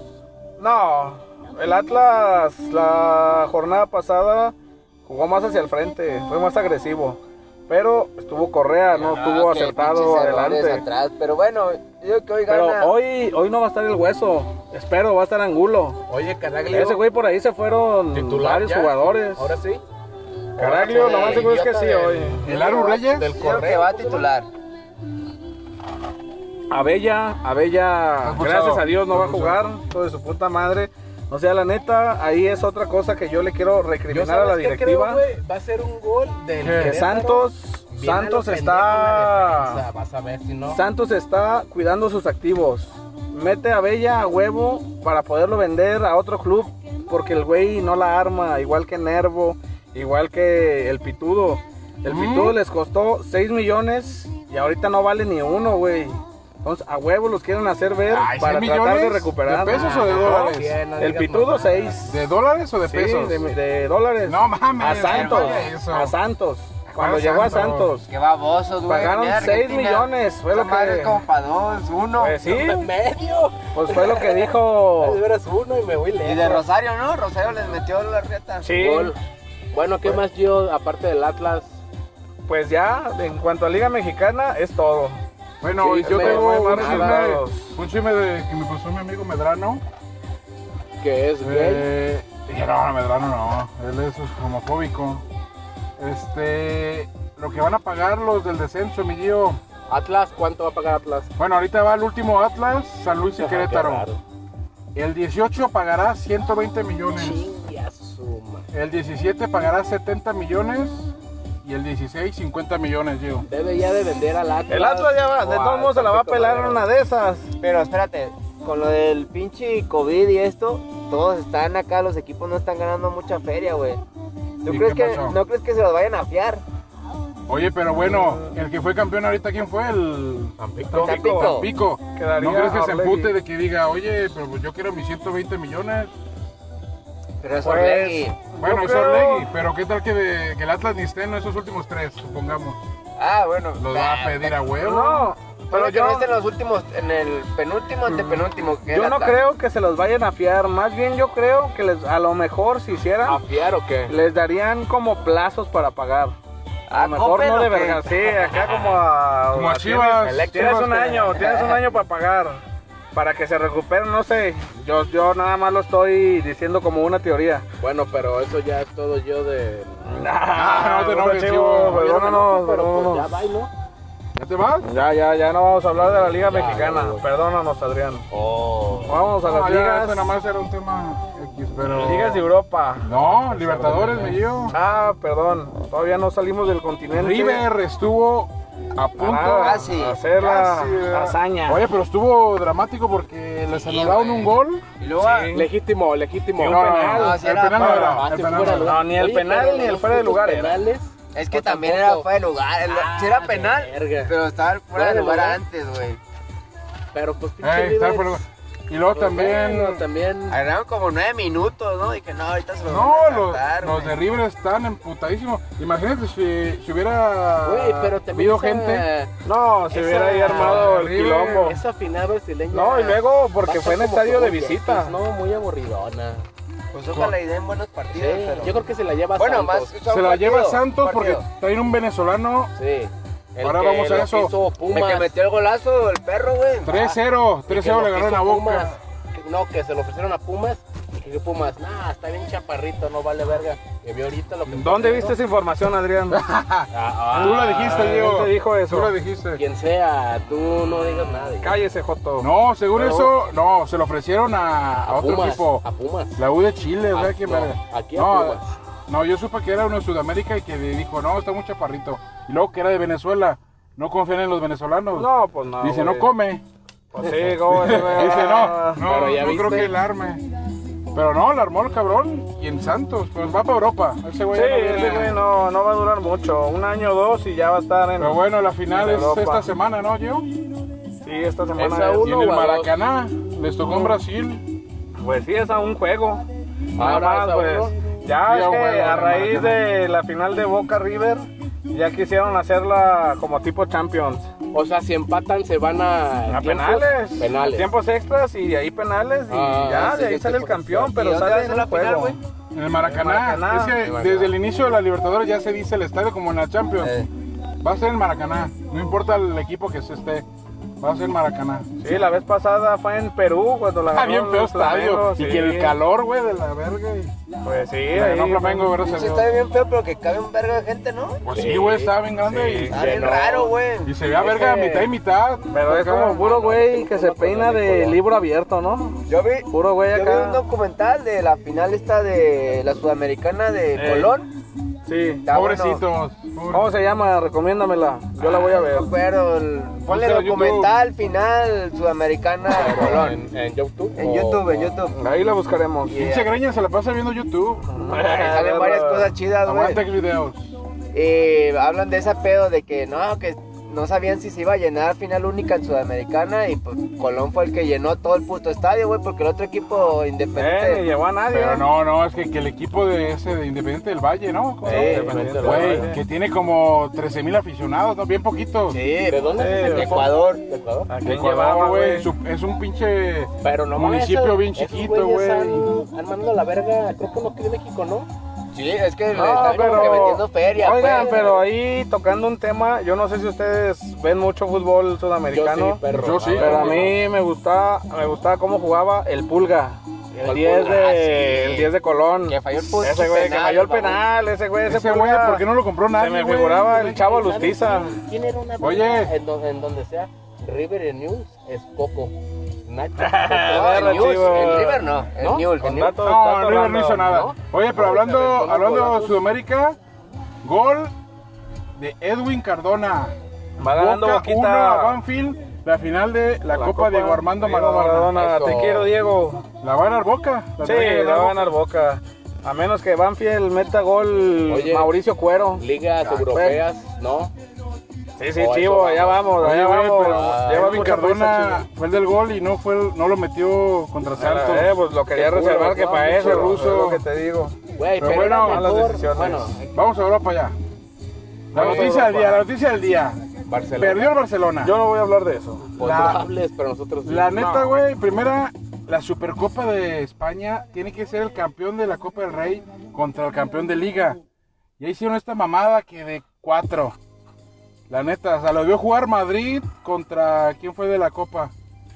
Speaker 2: No, el Atlas la jornada pasada jugó más hacia el frente, fue más agresivo. Pero estuvo Correa, no estuvo
Speaker 6: Que
Speaker 2: acertado
Speaker 6: pinches errores
Speaker 2: adelante.
Speaker 6: atrás, pero bueno, yo creo que hoy
Speaker 2: Pero
Speaker 6: gana.
Speaker 2: hoy no va a estar el hueso, espero, va a estar Angulo.
Speaker 5: Oye, Caraglio.
Speaker 2: Ese güey por ahí se fueron
Speaker 5: titular
Speaker 2: varios
Speaker 5: ya.
Speaker 2: jugadores.
Speaker 5: Ahora sí.
Speaker 2: Caraglio, lo más seguro es que sí
Speaker 5: Idiota
Speaker 2: hoy.
Speaker 3: ¿El Aru Reyes?
Speaker 5: Del
Speaker 6: Yo creo que
Speaker 5: Correo.
Speaker 6: va a titular.
Speaker 2: Abella,
Speaker 3: Expulsado.
Speaker 2: gracias a Dios no va a jugar, todo de su puta madre. O sea, la neta, ahí es otra cosa que yo le quiero
Speaker 5: Yo
Speaker 2: recriminar a la
Speaker 5: sabes qué
Speaker 2: directiva.
Speaker 5: creo, güey, va a ser un gol del
Speaker 3: Que
Speaker 5: Querétaro.
Speaker 2: Santos
Speaker 5: Viene a lo pendejo en la
Speaker 2: está
Speaker 5: defensa, vas a ver si no.
Speaker 2: Santos está cuidando sus activos. Mete a Bella a huevo para poderlo vender a otro club porque el güey no la arma, igual que Nervo, igual que el Pitudo. El Pitudo les costó 6 millones y ahorita no vale ni uno, güey. Entonces, a huevo los quieren hacer ver
Speaker 3: Ay,
Speaker 2: para
Speaker 3: 6
Speaker 2: tratar de
Speaker 3: millones,
Speaker 2: recuperar.
Speaker 3: ¿de pesos o de
Speaker 2: No,
Speaker 3: dólares?
Speaker 5: Bien, no
Speaker 2: El
Speaker 5: digas
Speaker 2: Pitudo
Speaker 5: mamadas.
Speaker 2: 6.
Speaker 3: ¿De dólares o de
Speaker 2: Sí,
Speaker 3: pesos?
Speaker 2: de dólares.
Speaker 3: No mames,
Speaker 2: A Santos.
Speaker 3: no vaya eso.
Speaker 2: A Santos. Cuando
Speaker 3: ¿Cuál
Speaker 2: llegó a
Speaker 3: Santos?
Speaker 2: Santos.
Speaker 6: Que babosos, güey.
Speaker 2: Pagaron
Speaker 6: Mira,
Speaker 2: 6
Speaker 6: Argentina.
Speaker 2: millones, fue
Speaker 6: Esa
Speaker 2: lo
Speaker 6: madre
Speaker 2: que-
Speaker 6: es como para 2, 1.
Speaker 2: Pues sí,
Speaker 5: Medio.
Speaker 2: pues fue lo que dijo.
Speaker 5: De veras uno y me voy lejos.
Speaker 6: Y de Rosario, ¿no? Rosario les metió la reta.
Speaker 2: Sí,
Speaker 5: Gol. Bueno, ¿qué más yo, aparte del Atlas?
Speaker 2: pues ya, en cuanto a Liga Mexicana, es todo.
Speaker 3: Bueno,
Speaker 5: Sí,
Speaker 3: yo
Speaker 5: me-
Speaker 3: tengo
Speaker 2: me-
Speaker 3: un
Speaker 2: me-
Speaker 3: chisme que me pasó mi amigo Medrano.
Speaker 5: Que es gay.
Speaker 3: Dije, no, Medrano no, él es homofóbico. Lo que van a pagar los del descenso, mi tío.
Speaker 5: Atlas, ¿cuánto va a pagar Atlas?
Speaker 3: Bueno, ahorita va el último Atlas, San Luis y
Speaker 5: Ajá,
Speaker 3: Querétaro.
Speaker 5: qué raro.
Speaker 3: El 18 pagará 120 millones.
Speaker 5: Chingue a su madre.
Speaker 3: El 17 pagará 70 millones. y el 16, 50 millones, Gio.
Speaker 5: Debe ya de vender al Atlas.
Speaker 2: El Atlas ya va, de todos modos se la va a pelar en una de esas.
Speaker 6: Pero espérate, con lo del pinche COVID y esto, todos están acá, los equipos no están ganando mucha feria, güey. ¿Tú
Speaker 3: ¿Y
Speaker 6: crees
Speaker 3: qué
Speaker 6: que
Speaker 3: pasó?
Speaker 6: no crees que se los vayan a fiar?
Speaker 3: Oye, pero bueno, el que fue campeón ahorita, ¿quién fue? El
Speaker 6: Tampico.
Speaker 3: Pico.
Speaker 2: Quedaría
Speaker 3: ¿No crees que se
Speaker 2: Orlegui.
Speaker 3: empute de que diga, oye, pero pues yo quiero mis 120 millones?
Speaker 6: Pero es
Speaker 2: Pues,
Speaker 6: Orlegui.
Speaker 3: Bueno, es
Speaker 2: creo-
Speaker 3: Orlegui, pero ¿qué tal que el Atlas ni esté en esos últimos 3, supongamos?
Speaker 6: Ah, bueno.
Speaker 3: ¿Los va a pedir a huevo?
Speaker 2: No,
Speaker 6: Pero
Speaker 2: pero
Speaker 6: que no
Speaker 2: yo,
Speaker 6: esté en los últimos, en el penúltimo, antepenúltimo. que
Speaker 2: yo
Speaker 6: el
Speaker 2: no
Speaker 6: Atlas.
Speaker 2: creo que se los vayan a fiar. Más bien yo creo que a lo mejor si
Speaker 5: ¿A
Speaker 2: hicieran,
Speaker 5: fiar o qué?
Speaker 2: les darían como plazos para pagar. A
Speaker 6: ¿A
Speaker 2: lo mejor
Speaker 6: Coppel
Speaker 2: no
Speaker 6: o
Speaker 2: de
Speaker 6: qué?
Speaker 2: verga, sí, acá como a...
Speaker 3: Como a Chivas.
Speaker 2: Tienes un año para pagar. Para que se recuperen, no sé. Yo nada más lo estoy diciendo como una teoría.
Speaker 5: Bueno, pero eso ya es todo yo de...
Speaker 3: no te enojes,
Speaker 2: chivo,
Speaker 3: Chivo.
Speaker 2: perdónanos,
Speaker 5: Pero pues ya
Speaker 2: perdónanos.
Speaker 5: bailo.
Speaker 3: ¿Ya te vas?
Speaker 2: Ya no vamos a hablar de la Liga
Speaker 5: Ya,
Speaker 2: Mexicana.
Speaker 5: ya, ya.
Speaker 2: Perdónanos, Adrián.
Speaker 5: Oh.
Speaker 2: Vamos a las
Speaker 3: No, ya,
Speaker 2: ligas.
Speaker 3: eso nada más era un tema X, pero...
Speaker 2: Ligas de Europa.
Speaker 3: No, Libertadores, me dio.
Speaker 2: Ah, perdón. Todavía no salimos del continente.
Speaker 3: River estuvo a punto
Speaker 2: Para
Speaker 6: Casi,
Speaker 2: hacer la
Speaker 3: casi, ¿verdad?
Speaker 2: hazaña.
Speaker 3: Oye, pero estuvo dramático porque les anularon un gol.
Speaker 6: Y luego,
Speaker 2: Sí.
Speaker 5: Legítimo.
Speaker 2: Y un penal.
Speaker 6: No, sí
Speaker 3: el
Speaker 6: era
Speaker 3: penal no
Speaker 6: para-
Speaker 3: era.
Speaker 5: Ah,
Speaker 3: El
Speaker 5: sí,
Speaker 3: penal
Speaker 5: fuera
Speaker 3: no
Speaker 5: de
Speaker 3: era.
Speaker 2: No, ni el
Speaker 5: Oye,
Speaker 2: penal
Speaker 5: pero
Speaker 2: ni el
Speaker 5: los
Speaker 2: fuera de
Speaker 5: putos
Speaker 2: lugar era.
Speaker 5: penales,
Speaker 6: es que
Speaker 5: o
Speaker 6: también
Speaker 5: tampoco.
Speaker 6: era fuera de lugar. Sí era penal,
Speaker 5: verga.
Speaker 6: pero estaba fuera de lugar antes, güey.
Speaker 5: Pero pues pinche
Speaker 3: Está
Speaker 5: River,
Speaker 3: fuera de lugar. Y luego
Speaker 5: pues,
Speaker 3: también...
Speaker 5: bueno, también...
Speaker 6: Agarraron como 9 minutos, ¿no? Y que no, ahorita se los
Speaker 3: No,
Speaker 6: van a
Speaker 3: los
Speaker 6: saltar,
Speaker 3: de
Speaker 6: güey.
Speaker 3: River están emputadísimos. Imagínate si hubiera
Speaker 5: Güey, pero también
Speaker 3: habido
Speaker 5: esa-
Speaker 3: gente.
Speaker 2: No, se
Speaker 5: Esa-
Speaker 2: hubiera ahí armado el
Speaker 3: River.
Speaker 2: quilombo.
Speaker 5: Esa final brasileña...
Speaker 2: No, y luego porque
Speaker 5: va a
Speaker 2: fue en
Speaker 5: estar como
Speaker 2: estadio de
Speaker 5: Colombia,
Speaker 2: visita.
Speaker 5: pues, no, muy aburridona.
Speaker 6: Pues ojalá y den buenos
Speaker 5: Sí,
Speaker 6: partidos, pero...
Speaker 5: yo creo que se la lleva
Speaker 6: Bueno,
Speaker 5: Santos.
Speaker 6: más...
Speaker 3: Se la lleva Santos porque
Speaker 6: partido.
Speaker 3: traen un venezolano.
Speaker 5: Sí. El
Speaker 3: Ahora
Speaker 5: que
Speaker 3: vamos a
Speaker 5: lo
Speaker 3: eso.
Speaker 5: hizo
Speaker 6: El
Speaker 5: Pumas.
Speaker 6: que metió el golazo, el perro, güey.
Speaker 3: 3-0.
Speaker 5: Que
Speaker 3: 3-0 le
Speaker 5: lo
Speaker 3: ganaron
Speaker 5: hizo
Speaker 3: a Boca.
Speaker 5: Pumas. No, que se lo ofrecieron a Pumas. Y que Pumas, nah, está bien chaparrito, no vale verga. Que vio ahorita lo que...
Speaker 2: ¿Dónde viste esa información, Adrián?
Speaker 3: Tú la dijiste, Diego.
Speaker 2: ¿quién te dijo eso?
Speaker 3: Tú la dijiste.
Speaker 5: Quien sea, tú no digas nada.
Speaker 2: Cállese, Joto.
Speaker 3: No, según
Speaker 5: Pero-
Speaker 3: eso, no, se lo ofrecieron a otro
Speaker 5: Pumas,
Speaker 3: equipo.
Speaker 5: a Pumas.
Speaker 3: La U de Chile,
Speaker 5: Ah,
Speaker 3: ¿verdad? ¿Quién
Speaker 5: no,
Speaker 3: verga?
Speaker 5: aquí a
Speaker 3: no,
Speaker 5: Pumas.
Speaker 3: no, yo supe que era uno de Sudamérica y que le dijo, no, está muy chaparrito. Y luego que era de Venezuela. No confían en los venezolanos.
Speaker 2: No, pues no.
Speaker 3: Dice,
Speaker 2: güey.
Speaker 3: no come.
Speaker 2: Pues sí, ¿cómo ese güey?
Speaker 3: Dice, no,
Speaker 5: Pero ya
Speaker 3: no creo
Speaker 5: viste.
Speaker 3: que la arme. Pero no, la armó el cabrón. Y en Santos, pues va para Europa. Ese güey
Speaker 2: Sí,
Speaker 3: ya no viene.
Speaker 2: ese güey no va a durar mucho. Un año o dos y ya va a estar en...
Speaker 3: Pero bueno, la final
Speaker 2: en
Speaker 3: es
Speaker 2: Europa.
Speaker 3: esta semana, ¿no, Gio?
Speaker 2: Sí, esta semana.
Speaker 5: Esa
Speaker 2: es-
Speaker 3: Y
Speaker 5: uno
Speaker 3: en el
Speaker 5: o a dos.
Speaker 3: Maracaná. Les tocó en Brasil.
Speaker 2: Pues sí, es a un juego. Nada
Speaker 5: Ahora
Speaker 2: más,
Speaker 5: es a
Speaker 2: pues.
Speaker 5: uno.
Speaker 2: Ya
Speaker 3: Sí,
Speaker 2: es
Speaker 3: a un
Speaker 2: que
Speaker 3: juego,
Speaker 2: a
Speaker 3: de
Speaker 2: raíz
Speaker 3: Maracaná.
Speaker 2: de la final de Boca River, ya quisieron hacerla como tipo Champions.
Speaker 5: O sea, si empatan se van a...
Speaker 2: A
Speaker 5: tiempos
Speaker 2: penales.
Speaker 5: Penales.
Speaker 2: Tiempos extras y de ahí penales y
Speaker 5: Ah,
Speaker 2: ya,
Speaker 5: sí,
Speaker 2: de ahí
Speaker 5: sí,
Speaker 2: sale
Speaker 5: sí,
Speaker 2: el campeón,
Speaker 6: ¿Y
Speaker 2: pero
Speaker 6: dónde va a
Speaker 2: sale
Speaker 6: ser
Speaker 2: en
Speaker 6: la
Speaker 2: un
Speaker 6: final,
Speaker 2: juego.
Speaker 6: güey?
Speaker 3: En el Maracaná.
Speaker 2: Maracaná.
Speaker 3: Es que desde el inicio de la Libertadores ya se dice el estadio como en la Champions. Va a ser en Maracaná. No importa el equipo que se esté. Va a ser en Maracaná.
Speaker 2: Sí, la vez pasada fue en Perú cuando la
Speaker 3: Está
Speaker 2: ganó
Speaker 3: bien feo
Speaker 2: el
Speaker 3: estadio.
Speaker 2: Flamengo,
Speaker 3: Y
Speaker 2: sí.
Speaker 3: que el calor, güey, de la verga. Y...
Speaker 2: Pues sí,
Speaker 3: La ganó
Speaker 2: ahí
Speaker 3: Flamengo, gracias a
Speaker 6: Sí,
Speaker 3: Dios.
Speaker 6: está bien feo, pero que cabe un verga de gente, ¿no?
Speaker 3: Pues sí, güey, estaba bien grande.
Speaker 2: Sí.
Speaker 6: Está bien raro, güey.
Speaker 3: Y se ve a verga
Speaker 2: Ese-
Speaker 3: mitad y mitad.
Speaker 2: Pero es como puro güey que se peina de libro abierto, ¿no?
Speaker 6: Yo vi
Speaker 2: Puro güey
Speaker 6: un
Speaker 2: acá.
Speaker 6: documental de la final esta de la Sudamericana de Colón.
Speaker 2: Sí.
Speaker 6: Está bueno.
Speaker 3: Pobrecitos.
Speaker 2: ¿Cómo se llama? Recomiéndamela. Yo la voy a ver.
Speaker 6: No recuerdo, ponle
Speaker 3: Búscalo en
Speaker 6: documental final Sudamericana de Colón.
Speaker 5: En YouTube.
Speaker 6: En YouTube, en YouTube.
Speaker 2: Ahí la buscaremos.
Speaker 3: Pinche greña se la pasa viendo YouTube.
Speaker 6: Salen varias cosas chidas, güey.
Speaker 3: Aguanta videos.
Speaker 6: Hablan de ese pedo de que no sabían si se iba a llenar final única en Sudamericana y pues Colón fue el que llenó todo el puto estadio, güey, porque el otro equipo
Speaker 2: Ni
Speaker 6: independiente...
Speaker 2: llevó a nadie.
Speaker 3: Pero no, es que el equipo de ese de Independiente del Valle, ¿no? ¿Cómo se llama?
Speaker 2: Independiente del
Speaker 3: Güey,
Speaker 2: Valle.
Speaker 3: que tiene como 13,000 aficionados, ¿no? Bien poquitos.
Speaker 6: Sí,
Speaker 5: ¿De dónde
Speaker 2: Sí,
Speaker 5: es ese
Speaker 2: de
Speaker 5: equipo?
Speaker 6: Ecuador.
Speaker 5: ¿De Ecuador?
Speaker 2: ¿A
Speaker 3: De
Speaker 2: quién
Speaker 3: Ecuador,
Speaker 2: llevaba,
Speaker 3: güey.
Speaker 2: güey?
Speaker 3: Es un pinche
Speaker 5: Pero no mames,
Speaker 3: municipio
Speaker 5: esos-
Speaker 3: bien
Speaker 5: esos
Speaker 3: chiquito,
Speaker 5: güeyes
Speaker 3: güey.
Speaker 5: Han mandado la verga, creo que no quiere México, ¿no?
Speaker 6: Sí, es que le
Speaker 2: No,
Speaker 6: están como que metiendo feria,
Speaker 2: Oigan,
Speaker 6: pues.
Speaker 2: pero ahí tocando un tema, yo no sé si ustedes ven mucho fútbol sudamericano.
Speaker 5: Yo sí, perro.
Speaker 3: Yo sí.
Speaker 2: Pero a mí me gustaba cómo jugaba el Pulga. El
Speaker 5: ¿Cuál
Speaker 2: 10
Speaker 5: Pulga?
Speaker 2: de,
Speaker 6: Ah, sí.
Speaker 2: el 10 de Colón.
Speaker 6: Que falló el puto
Speaker 2: Ese güey, que
Speaker 6: penal,
Speaker 2: falló el
Speaker 6: vamos.
Speaker 2: penal, ese güey,
Speaker 3: Ese güey,
Speaker 2: Pulga.
Speaker 3: ¿por qué no lo compró nadie,
Speaker 2: Se me
Speaker 3: güey?
Speaker 2: figuraba el chavo
Speaker 5: ¿Sabes
Speaker 2: Lustiza.
Speaker 5: ¿Quién era una
Speaker 3: Oye.
Speaker 5: verga en donde sea? River News es Coco. Nacho.
Speaker 6: No,
Speaker 2: Verga,
Speaker 6: el News,
Speaker 2: chivo.
Speaker 6: el River no, el
Speaker 5: ¿No?
Speaker 6: News.
Speaker 2: Con
Speaker 6: el News.
Speaker 2: datos-
Speaker 3: No, River no
Speaker 2: random,
Speaker 3: hizo nada.
Speaker 5: ¿no?
Speaker 3: Oye, pero
Speaker 5: No,
Speaker 3: hablando
Speaker 5: se aventó unos
Speaker 3: de
Speaker 5: golazos.
Speaker 3: Sudamérica, gol de Edwin Cardona.
Speaker 2: Va ganando
Speaker 3: Boca
Speaker 2: Boquita.
Speaker 3: 1 a Banfield, la final de la Copa Diego Armando Maradona.
Speaker 2: Te
Speaker 5: Eso.
Speaker 2: quiero, Diego.
Speaker 3: ¿La va a ganar Boca?
Speaker 2: Sí, la va a ganar Boca. A menos que Banfield meta gol
Speaker 5: Oye.
Speaker 2: Mauricio Cuero.
Speaker 5: Ligas europeas, ¿no?
Speaker 2: Sí, sí,
Speaker 5: Oh,
Speaker 2: Chivo,
Speaker 5: eso
Speaker 2: allá vamos,
Speaker 3: Oye,
Speaker 2: allá
Speaker 3: güey,
Speaker 2: vamos.
Speaker 3: pero
Speaker 2: Lleva
Speaker 3: Edwin
Speaker 2: mucha prisa,
Speaker 3: Cardona
Speaker 2: Chivo.
Speaker 3: fue el del gol y no lo metió contra Santos.
Speaker 2: Pues lo quería
Speaker 5: Qué
Speaker 2: reservar
Speaker 5: puro,
Speaker 2: que
Speaker 5: no,
Speaker 2: para
Speaker 5: mucho
Speaker 2: ese ruso.
Speaker 3: ruso.
Speaker 2: Es lo que te digo.
Speaker 5: Güey,
Speaker 3: Pero
Speaker 5: pero
Speaker 3: bueno,
Speaker 5: era
Speaker 2: malas
Speaker 5: mejor.
Speaker 2: decisiones.
Speaker 5: Bueno,
Speaker 3: Vamos a Europa ya. La
Speaker 2: Vamos a
Speaker 3: noticia del
Speaker 2: Europa.
Speaker 3: día, la noticia del día.
Speaker 5: Barcelona.
Speaker 3: Perdió el Barcelona.
Speaker 2: Yo no voy a hablar de eso.
Speaker 5: Pues
Speaker 3: La-
Speaker 5: no hables, pero nosotros sí.
Speaker 3: La neta,
Speaker 2: No.
Speaker 3: güey, primera, la Supercopa de España tiene que ser el campeón de la Copa del Rey contra el campeón de Liga. Ya hicieron esta mamada que de 4. La neta, o sea, lo vio jugar Madrid contra... ¿Quién fue de la Copa?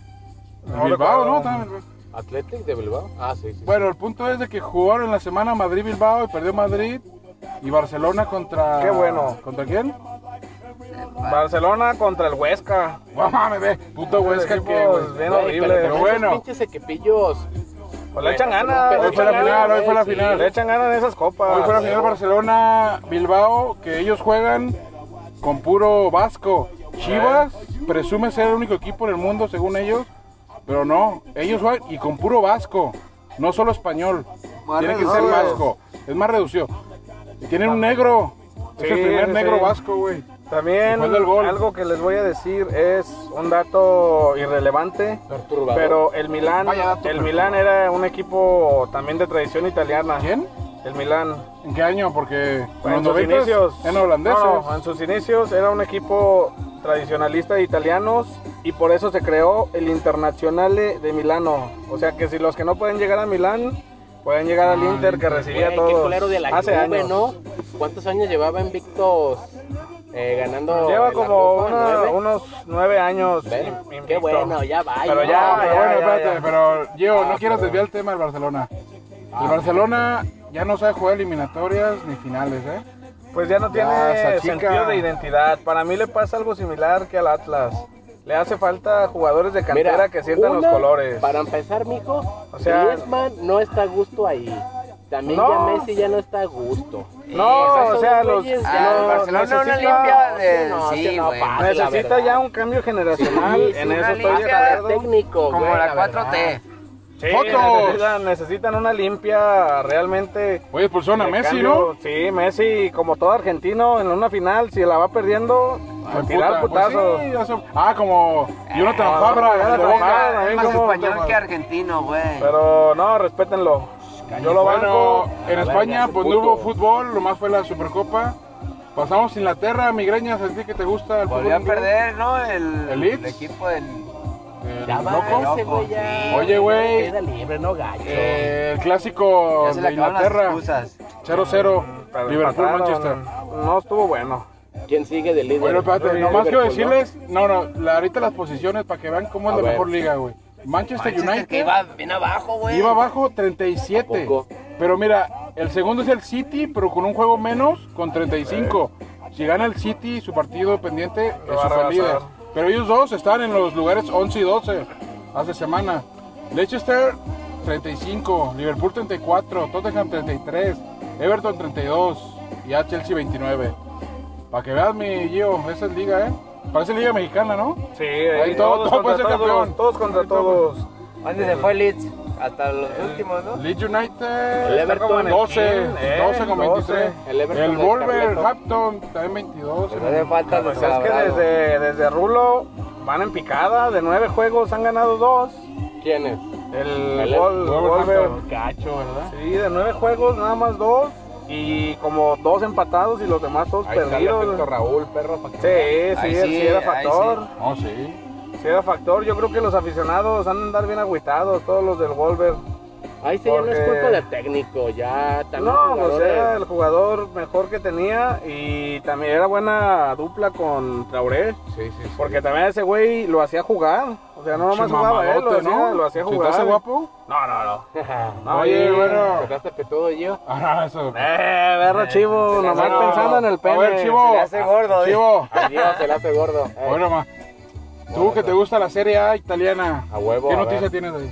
Speaker 2: No
Speaker 3: Bilbao,
Speaker 2: recuerdo.
Speaker 3: ¿no? También.
Speaker 5: ¿Athletic de Bilbao? Ah, sí, sí.
Speaker 3: Bueno, el punto es de que jugaron en la semana Madrid-Bilbao y perdió Madrid. Y Barcelona contra...
Speaker 2: Qué bueno.
Speaker 3: ¿Contra quién?
Speaker 2: Barcelona contra el Huesca.
Speaker 3: No mames, ve. Puto Huesca
Speaker 2: Equipos
Speaker 3: que, güey.
Speaker 2: bien
Speaker 5: Güey,
Speaker 2: horrible.
Speaker 3: pero
Speaker 5: esos
Speaker 3: bueno.
Speaker 5: pinches equipillos.
Speaker 2: Pues le echan
Speaker 5: Güey,
Speaker 2: ganas.
Speaker 5: pero
Speaker 3: Hoy fue la final, hoy fue la final.
Speaker 2: Le echan ganas en esas copas.
Speaker 3: Hoy fue la final Barcelona-Bilbao, que ellos juegan con puro vasco. Chivas presume ser el único equipo en el mundo, según ellos, pero no, ellos juegan y con puro vasco, no solo español.
Speaker 6: Más
Speaker 3: Tiene que ser
Speaker 6: reducido.
Speaker 3: vasco, es más reducido. Y tienen un negro, es el
Speaker 2: Sí,
Speaker 3: primer
Speaker 2: sí,
Speaker 3: negro
Speaker 2: sí.
Speaker 3: vasco, güey.
Speaker 2: También
Speaker 3: Después del gol.
Speaker 2: algo que les voy a decir es un dato irrelevante,
Speaker 5: Perturbador.
Speaker 2: pero el Milán,
Speaker 3: Vaya dato
Speaker 2: el
Speaker 3: perturbador.
Speaker 2: Milán era un equipo también de tradición italiana.
Speaker 3: ¿Quién?
Speaker 2: El Milán.
Speaker 3: ¿En qué año? Porque en los
Speaker 2: En sus
Speaker 3: 90
Speaker 2: inicios.
Speaker 3: en holandeses.
Speaker 2: No, en sus inicios era un equipo tradicionalista de italianos y por eso se creó el Internazionale de Milano. O sea que si los que no pueden llegar a Milán pueden llegar al Inter que recibía a
Speaker 5: Güey, qué
Speaker 2: todos.
Speaker 5: culero de la
Speaker 2: hace
Speaker 5: Juve,
Speaker 2: años.
Speaker 5: ¿no? ¿Cuántos años llevaba invictos ganando
Speaker 2: Lleva
Speaker 5: la
Speaker 2: como
Speaker 5: Copa? ¿9?
Speaker 2: unos 9 años.
Speaker 5: Ven,
Speaker 2: invicto.
Speaker 5: qué bueno, ya va.
Speaker 2: Pero
Speaker 5: ya,
Speaker 2: ya,
Speaker 3: Pero
Speaker 2: ya,
Speaker 3: bueno,
Speaker 2: ya,
Speaker 3: espérate,
Speaker 2: ya.
Speaker 3: pero Gio, no
Speaker 5: Ah,
Speaker 3: quieras
Speaker 5: pero-
Speaker 3: desviar el tema del Barcelona. El Barcelona ya no sabe jugar eliminatorias ni finales, ¿eh?
Speaker 2: Pues ya no tiene
Speaker 3: Ya, esa chica.
Speaker 2: sentido de identidad. Para mí le pasa algo similar que al Atlas. Le hace falta jugadores de cantera
Speaker 5: Mira,
Speaker 2: que sientan los
Speaker 5: una,
Speaker 2: colores.
Speaker 5: Para empezar, mijo,
Speaker 2: O sea-
Speaker 5: Griezmann no está a gusto ahí. También
Speaker 2: No.
Speaker 5: ya Messi ya no está a gusto.
Speaker 2: No,
Speaker 5: Esos
Speaker 2: o sea,
Speaker 5: dos
Speaker 2: los
Speaker 5: güeyes
Speaker 6: Ah,
Speaker 5: ya
Speaker 6: el Barcelona una
Speaker 2: necesita-
Speaker 6: limpia de...
Speaker 5: no,
Speaker 6: Sí,
Speaker 5: que no
Speaker 6: güey.
Speaker 5: pasa.
Speaker 2: necesita
Speaker 5: la
Speaker 2: ya
Speaker 5: verdad.
Speaker 2: un cambio generacional.
Speaker 6: Sí, sí,
Speaker 2: en
Speaker 6: una
Speaker 2: eso estoy de
Speaker 6: limpia
Speaker 2: acuerdo.
Speaker 5: técnico,
Speaker 6: Como
Speaker 5: güey,
Speaker 6: la
Speaker 5: verdad.
Speaker 6: 4T.
Speaker 2: Sí,
Speaker 3: ¡Fotos!
Speaker 2: necesitan una limpia realmente.
Speaker 3: Oye, expulsaron a
Speaker 2: de
Speaker 3: Messi,
Speaker 2: cambio.
Speaker 3: ¿no?
Speaker 2: Sí, Messi, como todo argentino, en una final, si la va perdiendo, a tirar
Speaker 3: Puta, pues
Speaker 2: putazos.
Speaker 3: sí, ya son- Ah, como Jonathan
Speaker 2: Ah,
Speaker 3: Fabra,
Speaker 2: Jonathan
Speaker 3: el de
Speaker 2: Fabra.
Speaker 3: Boca.
Speaker 2: también
Speaker 6: Es más
Speaker 2: como-
Speaker 6: español que argentino, güey.
Speaker 2: Pero no, respétenlo. Yo lo
Speaker 3: Bueno,
Speaker 2: banco.
Speaker 3: en
Speaker 5: A
Speaker 3: España
Speaker 5: ver,
Speaker 3: pues
Speaker 5: puto.
Speaker 3: no hubo fútbol, nomás fue la Supercopa. Pasamos a Inglaterra, migrañas, ¿a ti que te gusta el
Speaker 6: Volvió
Speaker 3: fútbol
Speaker 6: a
Speaker 3: inglés?
Speaker 6: perder, ¿no? El
Speaker 3: Leeds?
Speaker 6: equipo del...
Speaker 5: Ya va
Speaker 3: loco.
Speaker 5: ese güey ya.
Speaker 3: Oye, güey.
Speaker 5: Queda libre, no gacho.
Speaker 3: El clásico
Speaker 6: Ya se le
Speaker 3: de
Speaker 6: acaban las
Speaker 3: Inglaterra,
Speaker 6: excusas.
Speaker 3: 0-0,
Speaker 2: Pero
Speaker 3: Liverpool,
Speaker 2: empataron.
Speaker 3: Manchester.
Speaker 2: No estuvo bueno.
Speaker 5: ¿Quién sigue de líder?
Speaker 3: Bueno, espérate,
Speaker 2: Muy
Speaker 3: nomás
Speaker 2: bien,
Speaker 3: quiero
Speaker 5: Liverpool, ¿no?
Speaker 3: decirles, ahorita las posiciones para que vean cómo es
Speaker 5: A
Speaker 3: la
Speaker 5: ver.
Speaker 3: mejor liga, güey. Manchester
Speaker 6: Manchester
Speaker 3: United
Speaker 6: que iba bien abajo, güey.
Speaker 3: iba abajo 37.
Speaker 5: ¿A poco?
Speaker 3: Pero mira, el segundo es el City, pero con un juego menos, con 35. Si gana el City su partido pendiente,
Speaker 2: Lo
Speaker 3: es
Speaker 2: va a
Speaker 3: super
Speaker 2: rebasar.
Speaker 3: líder. Pero ellos dos están en los lugares 11 y 12 hace semana. Leicester 35, Liverpool 34, Tottenham 33, Everton 32 y a Chelsea 29. Para que veas mi Gio, esa es liga, ¿eh? Parece liga mexicana, ¿no?
Speaker 2: Sí,
Speaker 3: Ahí todo puede ser campeón.
Speaker 2: Todos contra todos.
Speaker 6: ¿Dónde se fue Leeds? Hasta los últimos, ¿no?
Speaker 3: Leeds United
Speaker 5: El Everton,
Speaker 3: 12, 12 con
Speaker 2: 12.
Speaker 3: 23.
Speaker 5: El Everton
Speaker 3: El
Speaker 5: del
Speaker 3: Wolverhampton también 22.
Speaker 6: No hace falta los
Speaker 2: Pues es que desde Rulo van en picada. De 9 juegos han ganado 2.
Speaker 5: ¿Quién es?
Speaker 2: El
Speaker 3: Wolverhampton.
Speaker 2: Wolver.
Speaker 5: Gacho, ¿verdad?
Speaker 2: Sí, de 9 juegos nada más 2. Y como 2 empatados y los demás todos
Speaker 5: Ahí está el
Speaker 2: perdidos.
Speaker 5: efecto Raúl, perro, para que
Speaker 2: Sí,
Speaker 6: Ahí
Speaker 2: sí,
Speaker 6: sí,
Speaker 2: sí era
Speaker 6: ahí
Speaker 2: factor.
Speaker 6: sí.
Speaker 3: Oh, sí.
Speaker 2: Sí era factor. Yo creo que los aficionados han de andar bien agüitados, todos los del Wolver.
Speaker 5: Ahí sí ya no es
Speaker 2: Porque-
Speaker 5: culpa del técnico, ya también
Speaker 2: No, pues
Speaker 5: jugadores-
Speaker 2: era el jugador mejor que tenía y también era buena dupla con Traoré.
Speaker 5: Sí, sí, sí.
Speaker 2: Porque también ese güey lo hacía jugar. O sea, no nomás jugaba él, lo hacía
Speaker 3: ¿Se te
Speaker 2: jugar.
Speaker 3: hace guapo?
Speaker 2: No, no, no. No,
Speaker 3: Oye,
Speaker 2: y-
Speaker 3: bueno.
Speaker 5: ¿Sacaste petudo, yo?
Speaker 3: Ah, eso.
Speaker 2: Berro chivo,
Speaker 6: Se le
Speaker 2: nomás
Speaker 6: hace-
Speaker 2: pensando en el pene.
Speaker 3: A ver, Chivo.
Speaker 6: Se le hace gordo,
Speaker 3: Chivo.
Speaker 5: Al Dios se le hace gordo.
Speaker 3: Bueno, ma. Tú que te gusta la Serie A italiana.
Speaker 5: A huevo,
Speaker 3: ¿Qué
Speaker 5: a
Speaker 3: noticia
Speaker 5: ver.
Speaker 3: tienes ahí?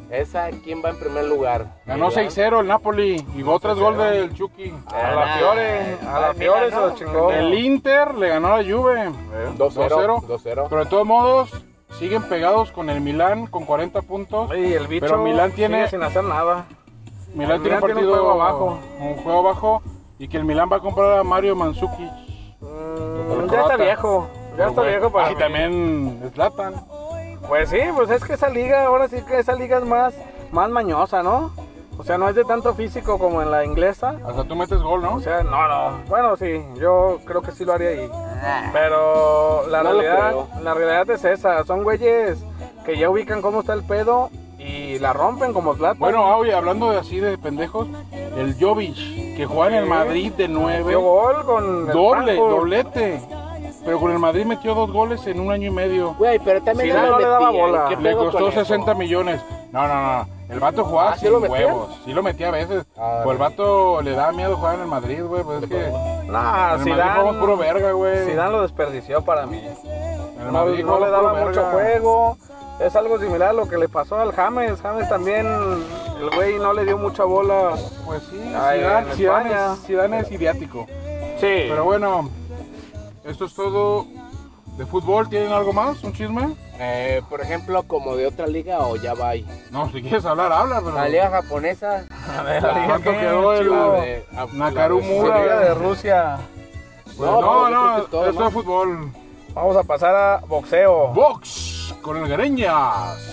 Speaker 5: Esa, ¿quién va en primer lugar?
Speaker 3: Ganó 6-0 el Napoli y otro gol del Chucky.
Speaker 2: A la Fiore se lo chingó.
Speaker 3: El Inter le ganó a la Juve.
Speaker 5: 2-0.
Speaker 3: Pero de todos modos, siguen pegados con el Milán con 40 puntos.
Speaker 2: Y el bicho
Speaker 3: Pero Milán tiene-
Speaker 2: sigue sin hacer nada.
Speaker 3: Milán tiene un partido
Speaker 2: juego abajo.
Speaker 3: Un juego abajo. Y que el Milán va a comprar a Mario Mandzukic.
Speaker 2: Ya está viejo. Ya está viejo para
Speaker 3: Y
Speaker 2: mí.
Speaker 3: también Zlatan.
Speaker 2: Pues sí, pues es que esa liga, ahora sí que esa liga es más mañosa, ¿no? O sea, no es de tanto físico como en la inglesa.
Speaker 3: Hasta tú metes gol, ¿no?
Speaker 2: O sea, no. Bueno, sí, yo creo que sí lo haría ahí. Pero
Speaker 5: No lo creo.
Speaker 2: la realidad es esa. Son güeyes que ya ubican cómo está el pedo y la rompen como Zlatan.
Speaker 3: Bueno, oye, hablando de así de pendejos, el Jovic, que juega en el Madrid de 9.
Speaker 2: dio gol con el Frankfurt.
Speaker 3: Doblete. Pero con el Madrid metió 2 goles en un año y medio.
Speaker 5: Güey, pero también
Speaker 2: Zidane no le daba bola.
Speaker 5: ¿Qué
Speaker 3: Le
Speaker 5: pedo
Speaker 3: costó
Speaker 5: con eso?
Speaker 3: 60 millones. No. El vato jugaba
Speaker 5: ¿sí
Speaker 3: sin
Speaker 5: lo metía?
Speaker 3: huevos. Sí lo metía a veces. Pues el vato le da miedo jugar en el Madrid, güey. Pues es que en
Speaker 2: Nah,
Speaker 3: el Madrid jugamos puro verga, güey.
Speaker 2: Zidane lo desperdició para mí.
Speaker 3: En el
Speaker 2: No,
Speaker 3: Madrid
Speaker 2: no
Speaker 3: jugamos
Speaker 2: le daba
Speaker 3: puro
Speaker 2: mucho
Speaker 3: verga.
Speaker 2: juego. Es algo similar a lo que le pasó al James. James también, el güey no le dio mucha bola.
Speaker 3: Pues sí,
Speaker 2: Ay, en España.
Speaker 3: Zidane es idiático.
Speaker 2: Sí.
Speaker 3: Pero bueno, esto es todo de fútbol. ¿Tienen algo más? ¿Un chisme?
Speaker 5: Por ejemplo, como de otra liga o ya va ahí.
Speaker 3: No, si quieres hablar, habla, pero...
Speaker 6: La liga japonesa.
Speaker 2: A ver,
Speaker 3: ¿Cuánto
Speaker 2: ¿qué,
Speaker 3: quedó el
Speaker 2: chivo?
Speaker 3: Nakarumura?
Speaker 2: Liga de Rusia.
Speaker 3: No,
Speaker 5: yo creo que es todo,
Speaker 3: esto
Speaker 5: ¿no?
Speaker 3: es fútbol.
Speaker 2: Vamos a pasar a boxeo.
Speaker 3: Box con el Gareñas.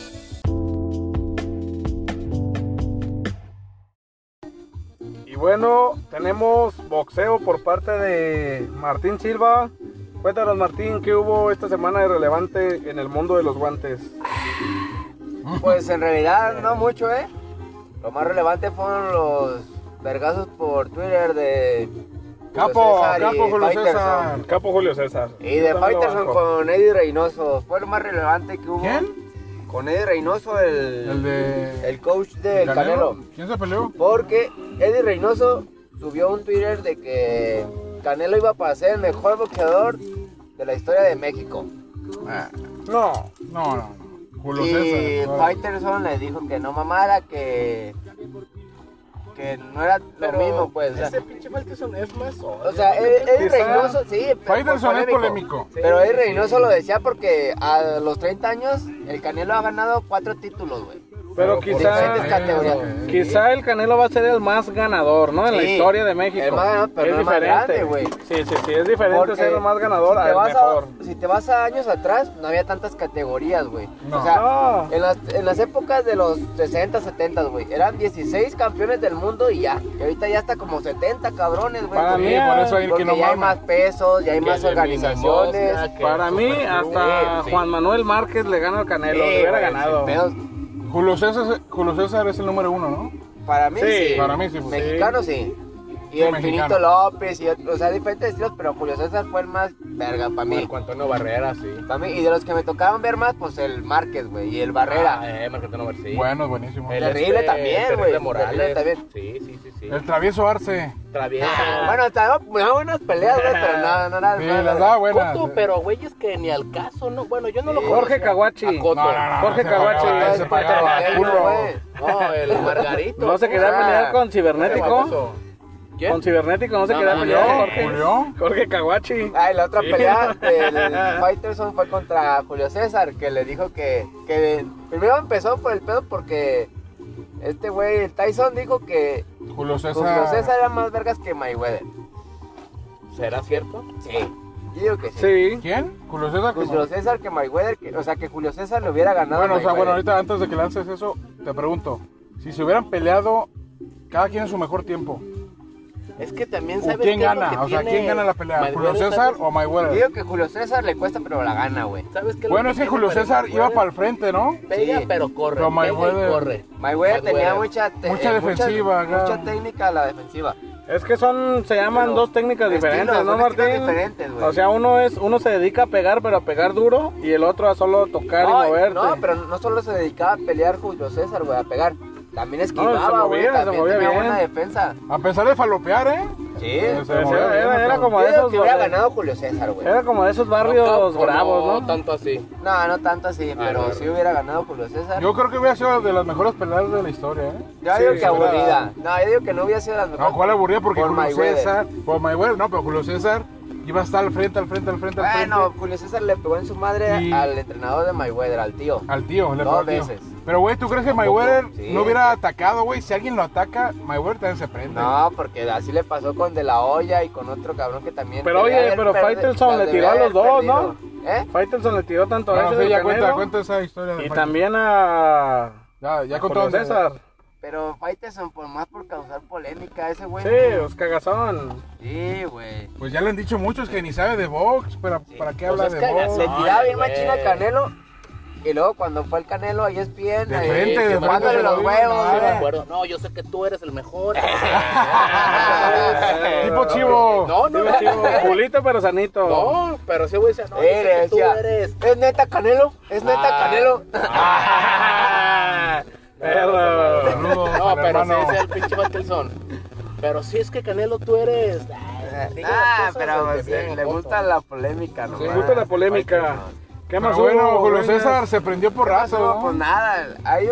Speaker 2: Y bueno, tenemos boxeo por parte de Martín Silva. Cuéntanos, Martín, ¿qué hubo esta semana de relevante en el mundo de los guantes?
Speaker 6: Pues en realidad no mucho, ¿eh? Lo más relevante fueron los vergazos por Twitter de
Speaker 3: Capo
Speaker 6: y
Speaker 3: Julio
Speaker 6: Faitelson.
Speaker 3: César.
Speaker 2: Capo Julio César.
Speaker 6: Y de
Speaker 2: Yo también lo
Speaker 6: Faitelson
Speaker 2: banco.
Speaker 6: con Eddie Reynoso. Fue lo más relevante que hubo.
Speaker 3: ¿Quién?
Speaker 6: Con Eddie Reynoso,
Speaker 3: El de...
Speaker 6: el coach del Canelo.
Speaker 3: ¿Quién se peleó?
Speaker 6: Porque Eddie Reynoso subió un Twitter de que Canelo iba para ser el mejor boxeador de la historia de México.
Speaker 2: No.
Speaker 3: No. Julio
Speaker 6: Y
Speaker 3: César.
Speaker 6: Faitelson le dijo que no mamara, que no era lo mismo, pues. O sea,
Speaker 5: Ese pinche Faitelson es más
Speaker 6: o sea, Eddie
Speaker 2: Quizá
Speaker 6: Reynoso, sí,
Speaker 3: Faitelson es polémico.
Speaker 6: Pero Eddie Reynoso lo decía porque a los 30 años el Canelo ha ganado 4 títulos, güey.
Speaker 2: Pero
Speaker 6: Diferentes
Speaker 2: quizá,
Speaker 6: categorías.
Speaker 2: quizá el Canelo va a ser el más ganador, ¿no? En la
Speaker 6: Sí,
Speaker 2: historia de México.
Speaker 6: el más ganador, pero no el más grande, güey.
Speaker 2: Sí, es diferente
Speaker 6: Porque
Speaker 2: ser el más ganador
Speaker 6: si te
Speaker 2: al
Speaker 6: vas
Speaker 2: mejor.
Speaker 6: si te vas a años atrás, no había tantas categorías, güey.
Speaker 3: No.
Speaker 6: O sea,
Speaker 2: No.
Speaker 6: en las épocas de los 60, 70, güey, eran 16 campeones del mundo y ya. Y ahorita ya está como 70 cabrones, güey.
Speaker 2: Para
Speaker 6: porque-
Speaker 2: mí,
Speaker 3: por eso hay
Speaker 6: porque
Speaker 3: que no
Speaker 6: ya hay
Speaker 3: mames.
Speaker 6: más pesos, ya hay más organizaciones.
Speaker 2: Para mí, hasta
Speaker 5: sí.
Speaker 2: Juan Manuel Márquez le gana al Canelo,
Speaker 6: Sí,
Speaker 2: le hubiera
Speaker 6: güey,
Speaker 2: ganado.
Speaker 6: sin pedos.
Speaker 3: Julio César es el número 1, ¿no?
Speaker 6: Para mí
Speaker 2: Sí.
Speaker 6: sí.
Speaker 3: Para mí sí, pues.
Speaker 6: Mexicano sí. Y
Speaker 3: Sí,
Speaker 6: el
Speaker 3: mexicano.
Speaker 6: Finito López, y o sea, diferentes estilos, pero Julio César fue el más verga para mí.
Speaker 5: Marco Antonio Barrera, sí.
Speaker 6: Para mí, y de los que me tocaban ver más, pues el Márquez, güey, y el Barrera.
Speaker 5: Marco Antonio Barrera, sí.
Speaker 3: Bueno, buenísimo.
Speaker 6: Terrible también, güey,
Speaker 5: Terrible Morales.
Speaker 6: terrible también.
Speaker 5: Sí.
Speaker 3: El travieso Arce.
Speaker 5: Travieso.
Speaker 6: Bueno, estaban buenas peleas, güey, pero no era.
Speaker 3: Sí,
Speaker 6: no era-
Speaker 3: las daba buenas.
Speaker 5: Coto, pero güeyes que ni al caso, ¿no? Bueno, yo no lo
Speaker 6: Sí.
Speaker 5: conozco.
Speaker 2: Jorge Caguachi.
Speaker 5: A Coto.
Speaker 2: Jorge
Speaker 3: se
Speaker 2: Caguachi.
Speaker 3: pagaba,
Speaker 6: Ese
Speaker 3: se
Speaker 6: fue
Speaker 3: pagaba
Speaker 6: trabajeño,
Speaker 3: culo.
Speaker 6: güey.
Speaker 5: No, el Margarito.
Speaker 2: ¿No se quería
Speaker 6: Ah.
Speaker 2: pelear con Cibernético?
Speaker 5: Famoso. ¿Quién?
Speaker 2: Con Cibernético no se
Speaker 5: No,
Speaker 2: quería
Speaker 5: no,
Speaker 2: pelear,
Speaker 5: no.
Speaker 2: Jorge.
Speaker 3: Julio.
Speaker 2: Jorge Caguachi.
Speaker 6: Ay, la otra
Speaker 2: Sí.
Speaker 6: pelea del Faitelson fue contra Julio César, que le dijo que primero empezó por el pedo porque este güey, el Tyson, dijo que
Speaker 3: Julio
Speaker 6: Julio
Speaker 3: César.
Speaker 6: César era más vergas que Mayweather.
Speaker 5: ¿Será cierto?
Speaker 6: Sí. Yo digo que sí.
Speaker 2: Sí.
Speaker 3: ¿Quién? Julio César.
Speaker 6: Julio César que Mayweather, o sea, que Julio César le hubiera ganado.
Speaker 3: Bueno,
Speaker 6: a
Speaker 3: o sea, bueno,
Speaker 6: Mayweather.
Speaker 3: ahorita antes de que lances eso, te pregunto. Si se hubieran peleado cada quien en su mejor tiempo,
Speaker 5: Es que también
Speaker 3: ¿o
Speaker 5: sabes
Speaker 3: quién
Speaker 5: qué es lo
Speaker 3: gana?
Speaker 5: que
Speaker 3: O sea,
Speaker 5: tiene
Speaker 3: ¿quién gana la pelea?
Speaker 5: Mayweather,
Speaker 3: ¿Julio César
Speaker 5: ¿sabes?
Speaker 3: o Mayweather?
Speaker 6: Digo que Julio César le cuesta, pero la gana, güey.
Speaker 5: ¿Sabes qué es
Speaker 3: Bueno,
Speaker 5: lo
Speaker 3: es que
Speaker 5: tiene
Speaker 3: Julio César iba
Speaker 5: Mayweather?
Speaker 3: para el frente, ¿no?
Speaker 5: Pega,
Speaker 6: Sí.
Speaker 5: pero corre.
Speaker 3: Pero
Speaker 5: pega y
Speaker 3: Mayweather-
Speaker 5: corre.
Speaker 6: Mayweather tenía
Speaker 5: Mayweather.
Speaker 3: Mucha defensiva, acá.
Speaker 6: mucha técnica a la defensiva.
Speaker 2: Es que se llaman
Speaker 6: Pero
Speaker 2: dos técnicas diferentes,
Speaker 6: estilos,
Speaker 2: ¿no,
Speaker 6: son estilos
Speaker 2: Martín?
Speaker 6: diferentes, güey.
Speaker 2: O sea, uno se dedica a pegar, pero a pegar duro, y el otro a solo tocar y moverte.
Speaker 6: No, pero no solo se dedicaba a pelear Julio César, güey, a pegar. También
Speaker 2: se
Speaker 6: esquivaba, güey.
Speaker 2: movía, se
Speaker 6: También
Speaker 2: movía
Speaker 6: tenía
Speaker 2: bien.
Speaker 6: buena defensa.
Speaker 3: A pesar de falopear, ¿eh?
Speaker 6: Sí,
Speaker 2: Era como
Speaker 6: yo
Speaker 2: de
Speaker 6: digo
Speaker 2: esos.
Speaker 6: que hubiera ganado Julio César, güey.
Speaker 2: Era como de esos barrios bravos, ¿no?
Speaker 5: No tanto así.
Speaker 6: No tanto así, pero sí hubiera ganado Julio César.
Speaker 3: Yo creo que hubiera sido de las mejores peleas de la historia, ¿eh?
Speaker 6: Yo digo que aburrida. No, yo digo que no hubiera sido las mejores.
Speaker 3: No, ¿cuál aburrida? Porque
Speaker 6: Por
Speaker 3: Julio
Speaker 6: Mayweather.
Speaker 3: César, por Mayweather, no, pero Julio César iba a estar al frente.
Speaker 6: Bueno, Julio César le pegó en su madre
Speaker 3: Y-
Speaker 6: al entrenador de Mayweather, al tío.
Speaker 3: Al tío, le
Speaker 6: Dos
Speaker 3: pegó al tío.
Speaker 6: veces.
Speaker 3: Pero, güey, ¿tú crees que Mayweather
Speaker 6: Sí.
Speaker 3: no hubiera atacado, güey? Si alguien lo ataca, Mayweather también se prende.
Speaker 6: No, porque así le pasó con De La Hoya y con otro cabrón que también.
Speaker 2: Pero oye,
Speaker 6: debía
Speaker 2: pero
Speaker 6: haber
Speaker 2: Faitelson
Speaker 6: las
Speaker 2: le
Speaker 6: debía
Speaker 2: tiró a
Speaker 6: haber
Speaker 2: los dos, ¿no?
Speaker 6: perdido.
Speaker 2: Faitelson le tiró tanto a
Speaker 3: Bueno,
Speaker 2: ese
Speaker 3: sí, ya
Speaker 2: del
Speaker 3: cuenta
Speaker 2: Canelo,
Speaker 3: esa historia. de
Speaker 2: y
Speaker 3: Faitelson.
Speaker 2: también a
Speaker 3: Ya
Speaker 2: a
Speaker 3: contó
Speaker 2: Julio César.
Speaker 6: Pero Faitelson por causar polémica, ese güey.
Speaker 2: Sí, pues cagazón.
Speaker 6: Sí, güey.
Speaker 3: Pues ya le han dicho muchos que ni sabe de box, pero ¿para qué habla
Speaker 5: Pues
Speaker 3: de
Speaker 5: es
Speaker 3: box?
Speaker 5: cagazón.
Speaker 6: Le tiraba bien
Speaker 5: güey.
Speaker 6: machina a Canelo. Y luego cuando fue el Canelo ahí es bien.
Speaker 3: De frente, de
Speaker 6: jugándole
Speaker 3: frente,
Speaker 6: los
Speaker 3: se lo
Speaker 6: huevos,
Speaker 3: digo,
Speaker 5: Sí, me
Speaker 6: güey.
Speaker 5: acuerdo. No, yo sé que tú eres el mejor.
Speaker 3: Tipo chivo.
Speaker 5: No, no,
Speaker 2: Digo, chivo, Julito pero sanito.
Speaker 5: no, pero ese güey decía, no, yo sé
Speaker 6: Le
Speaker 5: que tú
Speaker 6: decía,
Speaker 5: eres.
Speaker 6: ¿es neta Canelo? ¿Es neta
Speaker 5: Ah.
Speaker 6: Canelo?
Speaker 2: Perro.
Speaker 3: Saludos
Speaker 5: No,
Speaker 3: al
Speaker 5: pero sí
Speaker 3: hermano.
Speaker 5: decía el pinche Faitelson. Pero sí es que Canelo tú eres. Diga las cosas
Speaker 6: pero
Speaker 5: de bien,
Speaker 6: le
Speaker 5: joto.
Speaker 6: gusta la polémica, ¿no?
Speaker 2: Me gusta la polémica. ¿Qué más
Speaker 3: Pero bueno,
Speaker 2: hubo,
Speaker 3: Julio
Speaker 2: Breñas?
Speaker 3: César se prendió por rato,
Speaker 6: No,
Speaker 3: ¿no?
Speaker 6: pues nada,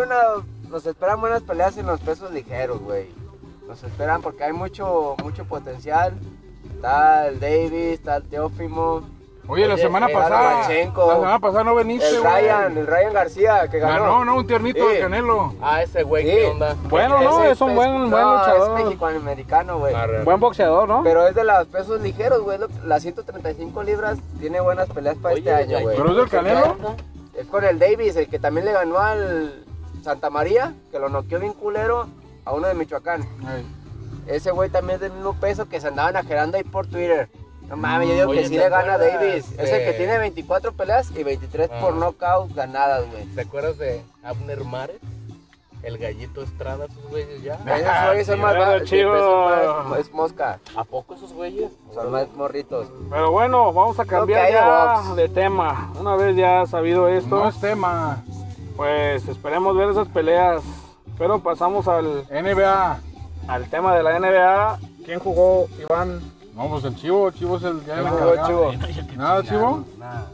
Speaker 6: nos esperan buenas peleas en los pesos ligeros, güey. Nos esperan porque hay mucho potencial. Está el Davis, está el Teófimo,
Speaker 3: Oye, la
Speaker 5: Oye,
Speaker 3: semana
Speaker 6: está
Speaker 3: pasada.
Speaker 6: Lomachenko,
Speaker 3: La semana pasada no veniste,
Speaker 6: el
Speaker 3: güey.
Speaker 6: Ryan García que ganó.
Speaker 3: Ganó, ¿no? Un tiernito
Speaker 6: Sí.
Speaker 3: de Canelo.
Speaker 5: Ah, ese güey,
Speaker 6: Sí.
Speaker 5: ¿qué onda?
Speaker 2: Bueno, no,
Speaker 6: Ese
Speaker 2: es un buen
Speaker 6: no,
Speaker 2: luchador.
Speaker 6: Es mexicano-americano, güey.
Speaker 5: Arre.
Speaker 2: Buen boxeador, ¿no?
Speaker 6: Pero es de los pesos ligeros, güey. Las 135 libras tiene buenas peleas para este año, güey.
Speaker 3: ¿Pero es del Canelo?
Speaker 6: Es con el Davis, el que también le ganó al Santa María, que lo noqueó bien culero a uno de Michoacán.
Speaker 3: Ay.
Speaker 6: Ese güey también es del mismo peso que se andaban ajerando ahí por Twitter. No mames, yo digo
Speaker 5: Oye,
Speaker 6: que sí
Speaker 5: ¿te
Speaker 6: le gana a
Speaker 5: acuerdas
Speaker 6: Davis. Es el
Speaker 5: de-
Speaker 6: que tiene 24 peleas y 23 por knockout ganadas, güey.
Speaker 5: ¿Te acuerdas de Abner Mares? El gallito Estrada, esos güeyes ya.
Speaker 6: Esos güeyes son más
Speaker 2: Pero
Speaker 6: bajos,
Speaker 2: chivo.
Speaker 6: es mosca,
Speaker 5: ¿A poco esos güeyes?
Speaker 6: son más morritos.
Speaker 2: Pero bueno, vamos a cambiar
Speaker 6: Creo que hay
Speaker 2: ya
Speaker 6: box.
Speaker 2: de tema. Una vez ya sabido esto,
Speaker 3: No es tema.
Speaker 2: pues esperemos ver esas peleas. Pero pasamos al
Speaker 3: NBA.
Speaker 2: tema de la NBA. ¿Quién jugó, Iván?
Speaker 3: No, pues el Chivo es el ya el
Speaker 6: jugó el
Speaker 3: encargado.
Speaker 6: Chivo?
Speaker 3: ¿Nada, Chivo?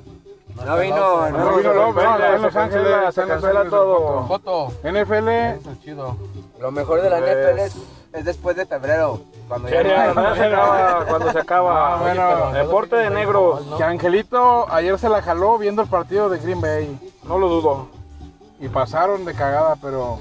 Speaker 6: No vino,
Speaker 3: No vino López,
Speaker 2: venga,
Speaker 3: está en
Speaker 2: se
Speaker 3: Los Ángeles.
Speaker 2: cancela,
Speaker 3: está
Speaker 2: se
Speaker 3: en Los
Speaker 2: cancela
Speaker 3: Ángeles,
Speaker 2: todo.
Speaker 3: Joto. NFL.
Speaker 6: Lo mejor de la
Speaker 2: Pues-
Speaker 6: NFL es después de febrero. Cuando
Speaker 2: Sí,
Speaker 6: ya no hay.
Speaker 2: ya se acaba, cuando se acaba.
Speaker 3: Ah, bueno.
Speaker 2: Deporte de negros.
Speaker 3: Que Angelito ayer se la jaló viendo el partido de Green Bay.
Speaker 2: No lo dudo.
Speaker 3: Y pasaron de cagada, pero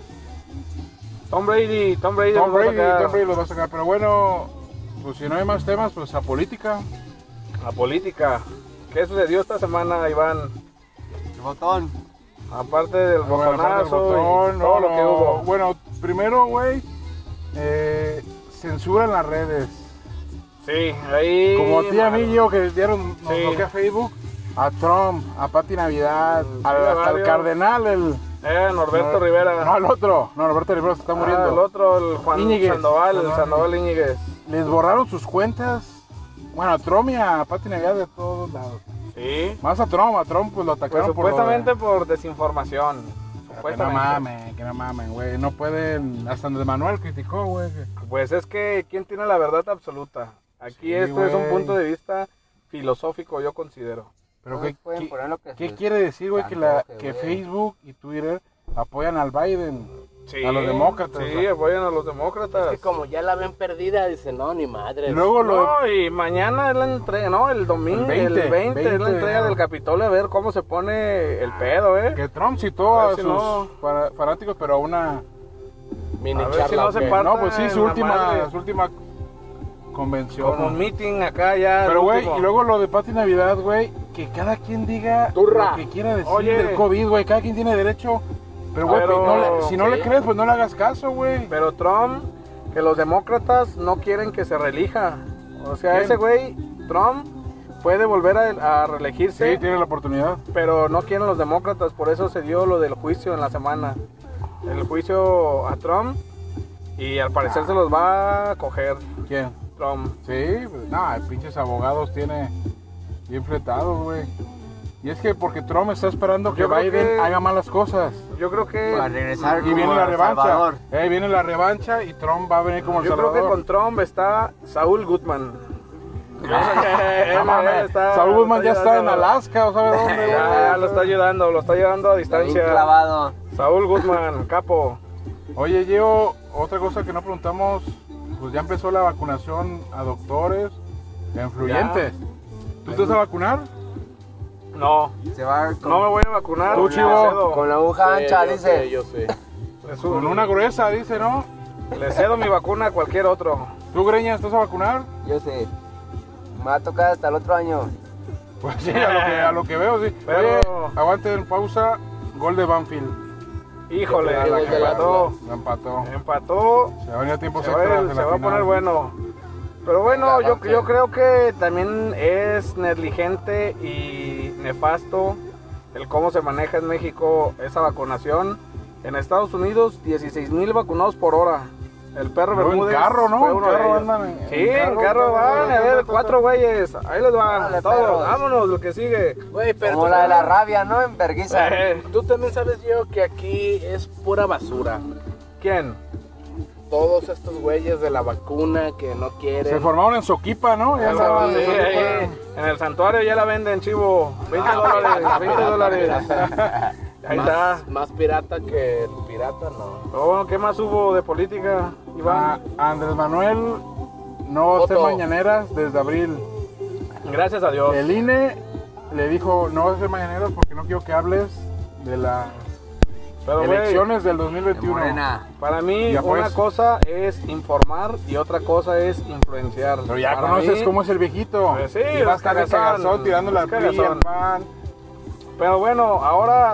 Speaker 2: Tom Brady
Speaker 3: Tom
Speaker 2: nos va a
Speaker 3: Brady
Speaker 2: sacar.
Speaker 3: lo va a sacar. Pero bueno, pues si no hay más temas, pues a política.
Speaker 2: La política. ¿Qué sucedió esta semana, Iván?
Speaker 6: El botón.
Speaker 2: Aparte del
Speaker 3: Bueno, aparte del
Speaker 2: botonazo
Speaker 3: botón,
Speaker 2: y todo lo que hubo.
Speaker 3: Bueno, primero, güey, censura en las redes.
Speaker 2: Sí, ahí.
Speaker 3: Como a ti y a mí, yo que dieron, nos
Speaker 2: Sí.
Speaker 3: bloquea Facebook, a Trump, a Pati Navidad,
Speaker 2: Sí,
Speaker 3: hasta el
Speaker 2: varios.
Speaker 3: cardenal,
Speaker 2: Norberto
Speaker 3: no,
Speaker 2: Rivera.
Speaker 3: No, el otro, no, Norberto Rivera se está muriendo.
Speaker 2: El otro, el Juan
Speaker 3: Íñiguez.
Speaker 2: Sandoval Íñiguez.
Speaker 3: Les borraron sus cuentas. Bueno, a Trump y a Pati Navidad de todos lados.
Speaker 2: Sí.
Speaker 3: Más a Trump pues lo
Speaker 2: Pues
Speaker 3: atacaron
Speaker 2: supuestamente
Speaker 3: por
Speaker 2: por desinformación.
Speaker 3: lo de-
Speaker 2: Supuestamente.
Speaker 3: que no mamen, güey. No pueden, hasta Andrés Manuel criticó, güey.
Speaker 2: Pues es que, ¿quién tiene la verdad absoluta? Aquí
Speaker 3: Sí,
Speaker 2: esto es un
Speaker 3: güey.
Speaker 2: punto de vista filosófico, yo considero.
Speaker 3: Pero
Speaker 6: No
Speaker 3: ¿qué,
Speaker 6: pueden
Speaker 3: qué-
Speaker 6: poner lo que
Speaker 3: qué
Speaker 6: se-
Speaker 3: quiere decir, güey, que,
Speaker 6: antoje,
Speaker 3: que
Speaker 6: güey.
Speaker 3: Facebook y Twitter apoyan al Biden?
Speaker 2: Sí,
Speaker 3: A los demócratas,
Speaker 2: Sí,
Speaker 3: o sea.
Speaker 2: apoyan a los demócratas.
Speaker 5: Es que como ya la ven perdida, dice, no, ni madre.
Speaker 3: Y luego lo...
Speaker 2: No, y mañana es la entrega, ¿no? El domingo,
Speaker 3: El 20,
Speaker 2: el 20 es la
Speaker 3: 20
Speaker 2: entrega
Speaker 3: de
Speaker 2: del Capitolio, a ver cómo se pone el pedo, ¿eh?
Speaker 3: Que Trump citó
Speaker 2: A
Speaker 3: a
Speaker 2: ver si
Speaker 3: sus
Speaker 2: no.
Speaker 3: fanáticos, pero a una...
Speaker 5: Mini
Speaker 2: A ver si
Speaker 5: charla,
Speaker 2: no se
Speaker 5: ¿o qué?
Speaker 2: parte.
Speaker 3: No, pues sí,
Speaker 2: en
Speaker 3: su
Speaker 2: la
Speaker 3: última
Speaker 2: madre.
Speaker 3: convención.
Speaker 2: Como un meeting acá ya.
Speaker 3: Pero,
Speaker 2: el
Speaker 3: güey,
Speaker 2: último.
Speaker 3: y luego lo de Pati Navidad, güey, que cada quien diga
Speaker 2: Turra.
Speaker 3: lo que quiera decir
Speaker 2: Oye.
Speaker 3: del COVID, güey, cada quien tiene derecho. Pero, güey,
Speaker 2: Pero-
Speaker 3: pues, si no le
Speaker 5: sí.
Speaker 3: crees, pues no le hagas caso, güey.
Speaker 2: Pero Trump, que los demócratas no quieren que se reelija. O sea,
Speaker 3: ¿Quién?
Speaker 2: ese güey, Trump, puede volver a reelegirse,
Speaker 3: Sí, tiene la oportunidad.
Speaker 2: pero no quieren los demócratas, por eso se dio lo del juicio en la semana. El juicio a Trump, y al parecer se los va a coger
Speaker 3: ¿Quién?
Speaker 2: Trump.
Speaker 3: Sí, pues, no, pinches abogados tiene bien fletados, güey. Y es que porque Trump está esperando que
Speaker 2: Yo creo
Speaker 3: Biden
Speaker 2: que-
Speaker 3: haga malas cosas.
Speaker 2: Yo creo que...
Speaker 6: Para regresar
Speaker 3: Y viene
Speaker 6: como
Speaker 3: la
Speaker 6: El
Speaker 3: revancha.
Speaker 6: Salvador.
Speaker 3: Viene la revancha y Trump va a venir como El
Speaker 2: Yo creo
Speaker 3: Salvador.
Speaker 2: que con Trump está Saúl Goodman.
Speaker 3: No mames, Saúl Guzmán ya está en Alaska, o sabe dónde. güey.
Speaker 2: Ya, lo está ayudando a
Speaker 6: Está bien
Speaker 2: distancia.
Speaker 6: clavado.
Speaker 2: Saúl Goodman, capo.
Speaker 3: Oye, Gio, otra cosa que no preguntamos, pues ya empezó la vacunación a doctores, a influyentes. ¿Tú te vas a vacunar?
Speaker 2: No,
Speaker 6: Se va
Speaker 2: no me voy a vacunar.
Speaker 3: Tú,
Speaker 2: me
Speaker 3: Chivo.
Speaker 2: cedo.
Speaker 6: con la aguja ancha, dice.
Speaker 5: Yo sé.
Speaker 3: Con una gruesa, dice, ¿no?
Speaker 2: Le cedo mi vacuna a cualquier otro.
Speaker 3: ¿Tú, Greña, estás a vacunar?
Speaker 6: Yo sé. Me va a tocar hasta el otro año.
Speaker 3: Pues sí, a lo que veo, sí.
Speaker 2: Pero-
Speaker 3: Oye, aguante en pausa, gol de Banfield.
Speaker 2: Híjole,
Speaker 5: La
Speaker 2: la
Speaker 5: que
Speaker 2: empató.
Speaker 3: La empató.
Speaker 2: Empató.
Speaker 3: Se va a venir a tiempos
Speaker 2: Se va,
Speaker 3: extras de
Speaker 2: se
Speaker 3: la
Speaker 2: va a
Speaker 3: final.
Speaker 2: poner bueno. Pero bueno, yo creo que también es negligente y nefasto el cómo se maneja en México esa vacunación. En Estados Unidos, 16,000 vacunados por hora. El perro
Speaker 3: Luego en
Speaker 2: Bermúdez
Speaker 3: carro, ¿no?
Speaker 2: fue
Speaker 3: En
Speaker 2: uno de
Speaker 3: carro
Speaker 2: ellos.
Speaker 3: andan en-
Speaker 2: Sí,
Speaker 3: en
Speaker 2: en
Speaker 3: carro,
Speaker 2: carro van, a ver, 4 güeyes. Ahí les va,
Speaker 6: Órale,
Speaker 2: todos.
Speaker 6: perros.
Speaker 2: Vámonos, lo que sigue.
Speaker 5: Güey, pero
Speaker 6: Como
Speaker 5: tú
Speaker 6: la de la
Speaker 5: también-
Speaker 6: rabia, ¿no? En Berguisa.
Speaker 5: Tú también sabes, yo, que aquí es pura basura.
Speaker 2: ¿Quién?
Speaker 5: Todos estos güeyes de la vacuna que no
Speaker 3: Se
Speaker 5: quieren.
Speaker 3: formaron en Soquipa, ¿no? Ya andaban
Speaker 2: Sí,
Speaker 3: en Soquipa.
Speaker 2: ahí, en el santuario ya la venden, chivo. $20, $20. Ahí está.
Speaker 5: Más pirata que el pirata, no.
Speaker 2: Pero bueno, ¿qué más hubo de política, Iván?
Speaker 3: Andrés Manuel no va a hacer
Speaker 5: Voto.
Speaker 3: mañaneras desde abril.
Speaker 2: Gracias a Dios.
Speaker 3: El INE le dijo, no vas a hacer mañaneras porque no quiero que hables de las
Speaker 2: Pero, güey,
Speaker 3: elecciones del
Speaker 6: De
Speaker 3: 2021.
Speaker 6: Morena.
Speaker 2: para mí
Speaker 3: Ya pues.
Speaker 2: una cosa es informar y otra cosa es influenciar.
Speaker 3: Pero ya
Speaker 2: Para
Speaker 3: conoces
Speaker 2: mí-
Speaker 3: cómo es el viejito.
Speaker 2: Pues sí,
Speaker 3: y va a estar de
Speaker 2: es cagazón,
Speaker 3: cagazón tirándole al
Speaker 2: es
Speaker 3: PRI, al
Speaker 2: cagazón.
Speaker 3: PAN.
Speaker 2: Pero bueno, ahora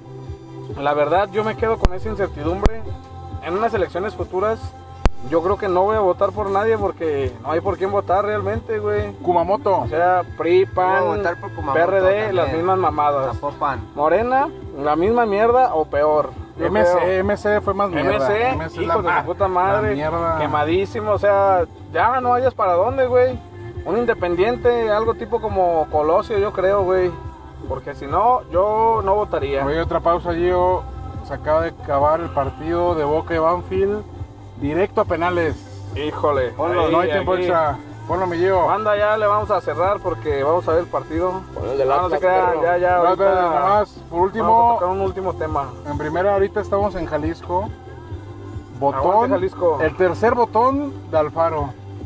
Speaker 2: la verdad yo me quedo con esa incertidumbre. En unas elecciones futuras yo creo que no voy a votar por nadie porque no hay por quién votar realmente, güey.
Speaker 3: Kumamoto.
Speaker 2: O sea, PRI, PAN,
Speaker 6: Voy a votar por Kumamoto
Speaker 2: PRD,
Speaker 6: también.
Speaker 2: las mismas mamadas.
Speaker 6: Zapopan.
Speaker 2: Morena, la misma mierda o peor. Yo
Speaker 3: MC,
Speaker 2: creo.
Speaker 3: MC fue más mierda.
Speaker 2: MC,
Speaker 3: es
Speaker 2: hijos de
Speaker 3: la-
Speaker 2: su puta
Speaker 3: la
Speaker 2: madre,
Speaker 3: mierda.
Speaker 2: quemadísimo, o sea, ya no hayas para dónde, güey. Un independiente, algo tipo como Colosio, yo creo, güey. Porque si no, yo no votaría.
Speaker 3: Oye, otra pausa, Gio. Se acaba de acabar el partido de Boca y Banfield. Directo a penales.
Speaker 2: Híjole,
Speaker 3: Ponlo,
Speaker 2: ahí,
Speaker 3: no hay tiempo
Speaker 2: aquí.
Speaker 3: extra. Ponlo, mi Gio.
Speaker 2: Banda, ya le vamos a cerrar porque vamos a ver el partido.
Speaker 5: Pon el del
Speaker 2: No, no se
Speaker 5: Atlas,
Speaker 2: crean,
Speaker 5: perro.
Speaker 2: ya,
Speaker 3: Espera,
Speaker 2: ahorita
Speaker 3: espera, nada más. Por
Speaker 2: vamos a
Speaker 3: último,
Speaker 2: tocar un último tema.
Speaker 3: en primera, ahorita estamos en Jalisco.
Speaker 2: Aguante,
Speaker 3: Botón.
Speaker 2: Jalisco.
Speaker 3: El tercer botón de Alfaro.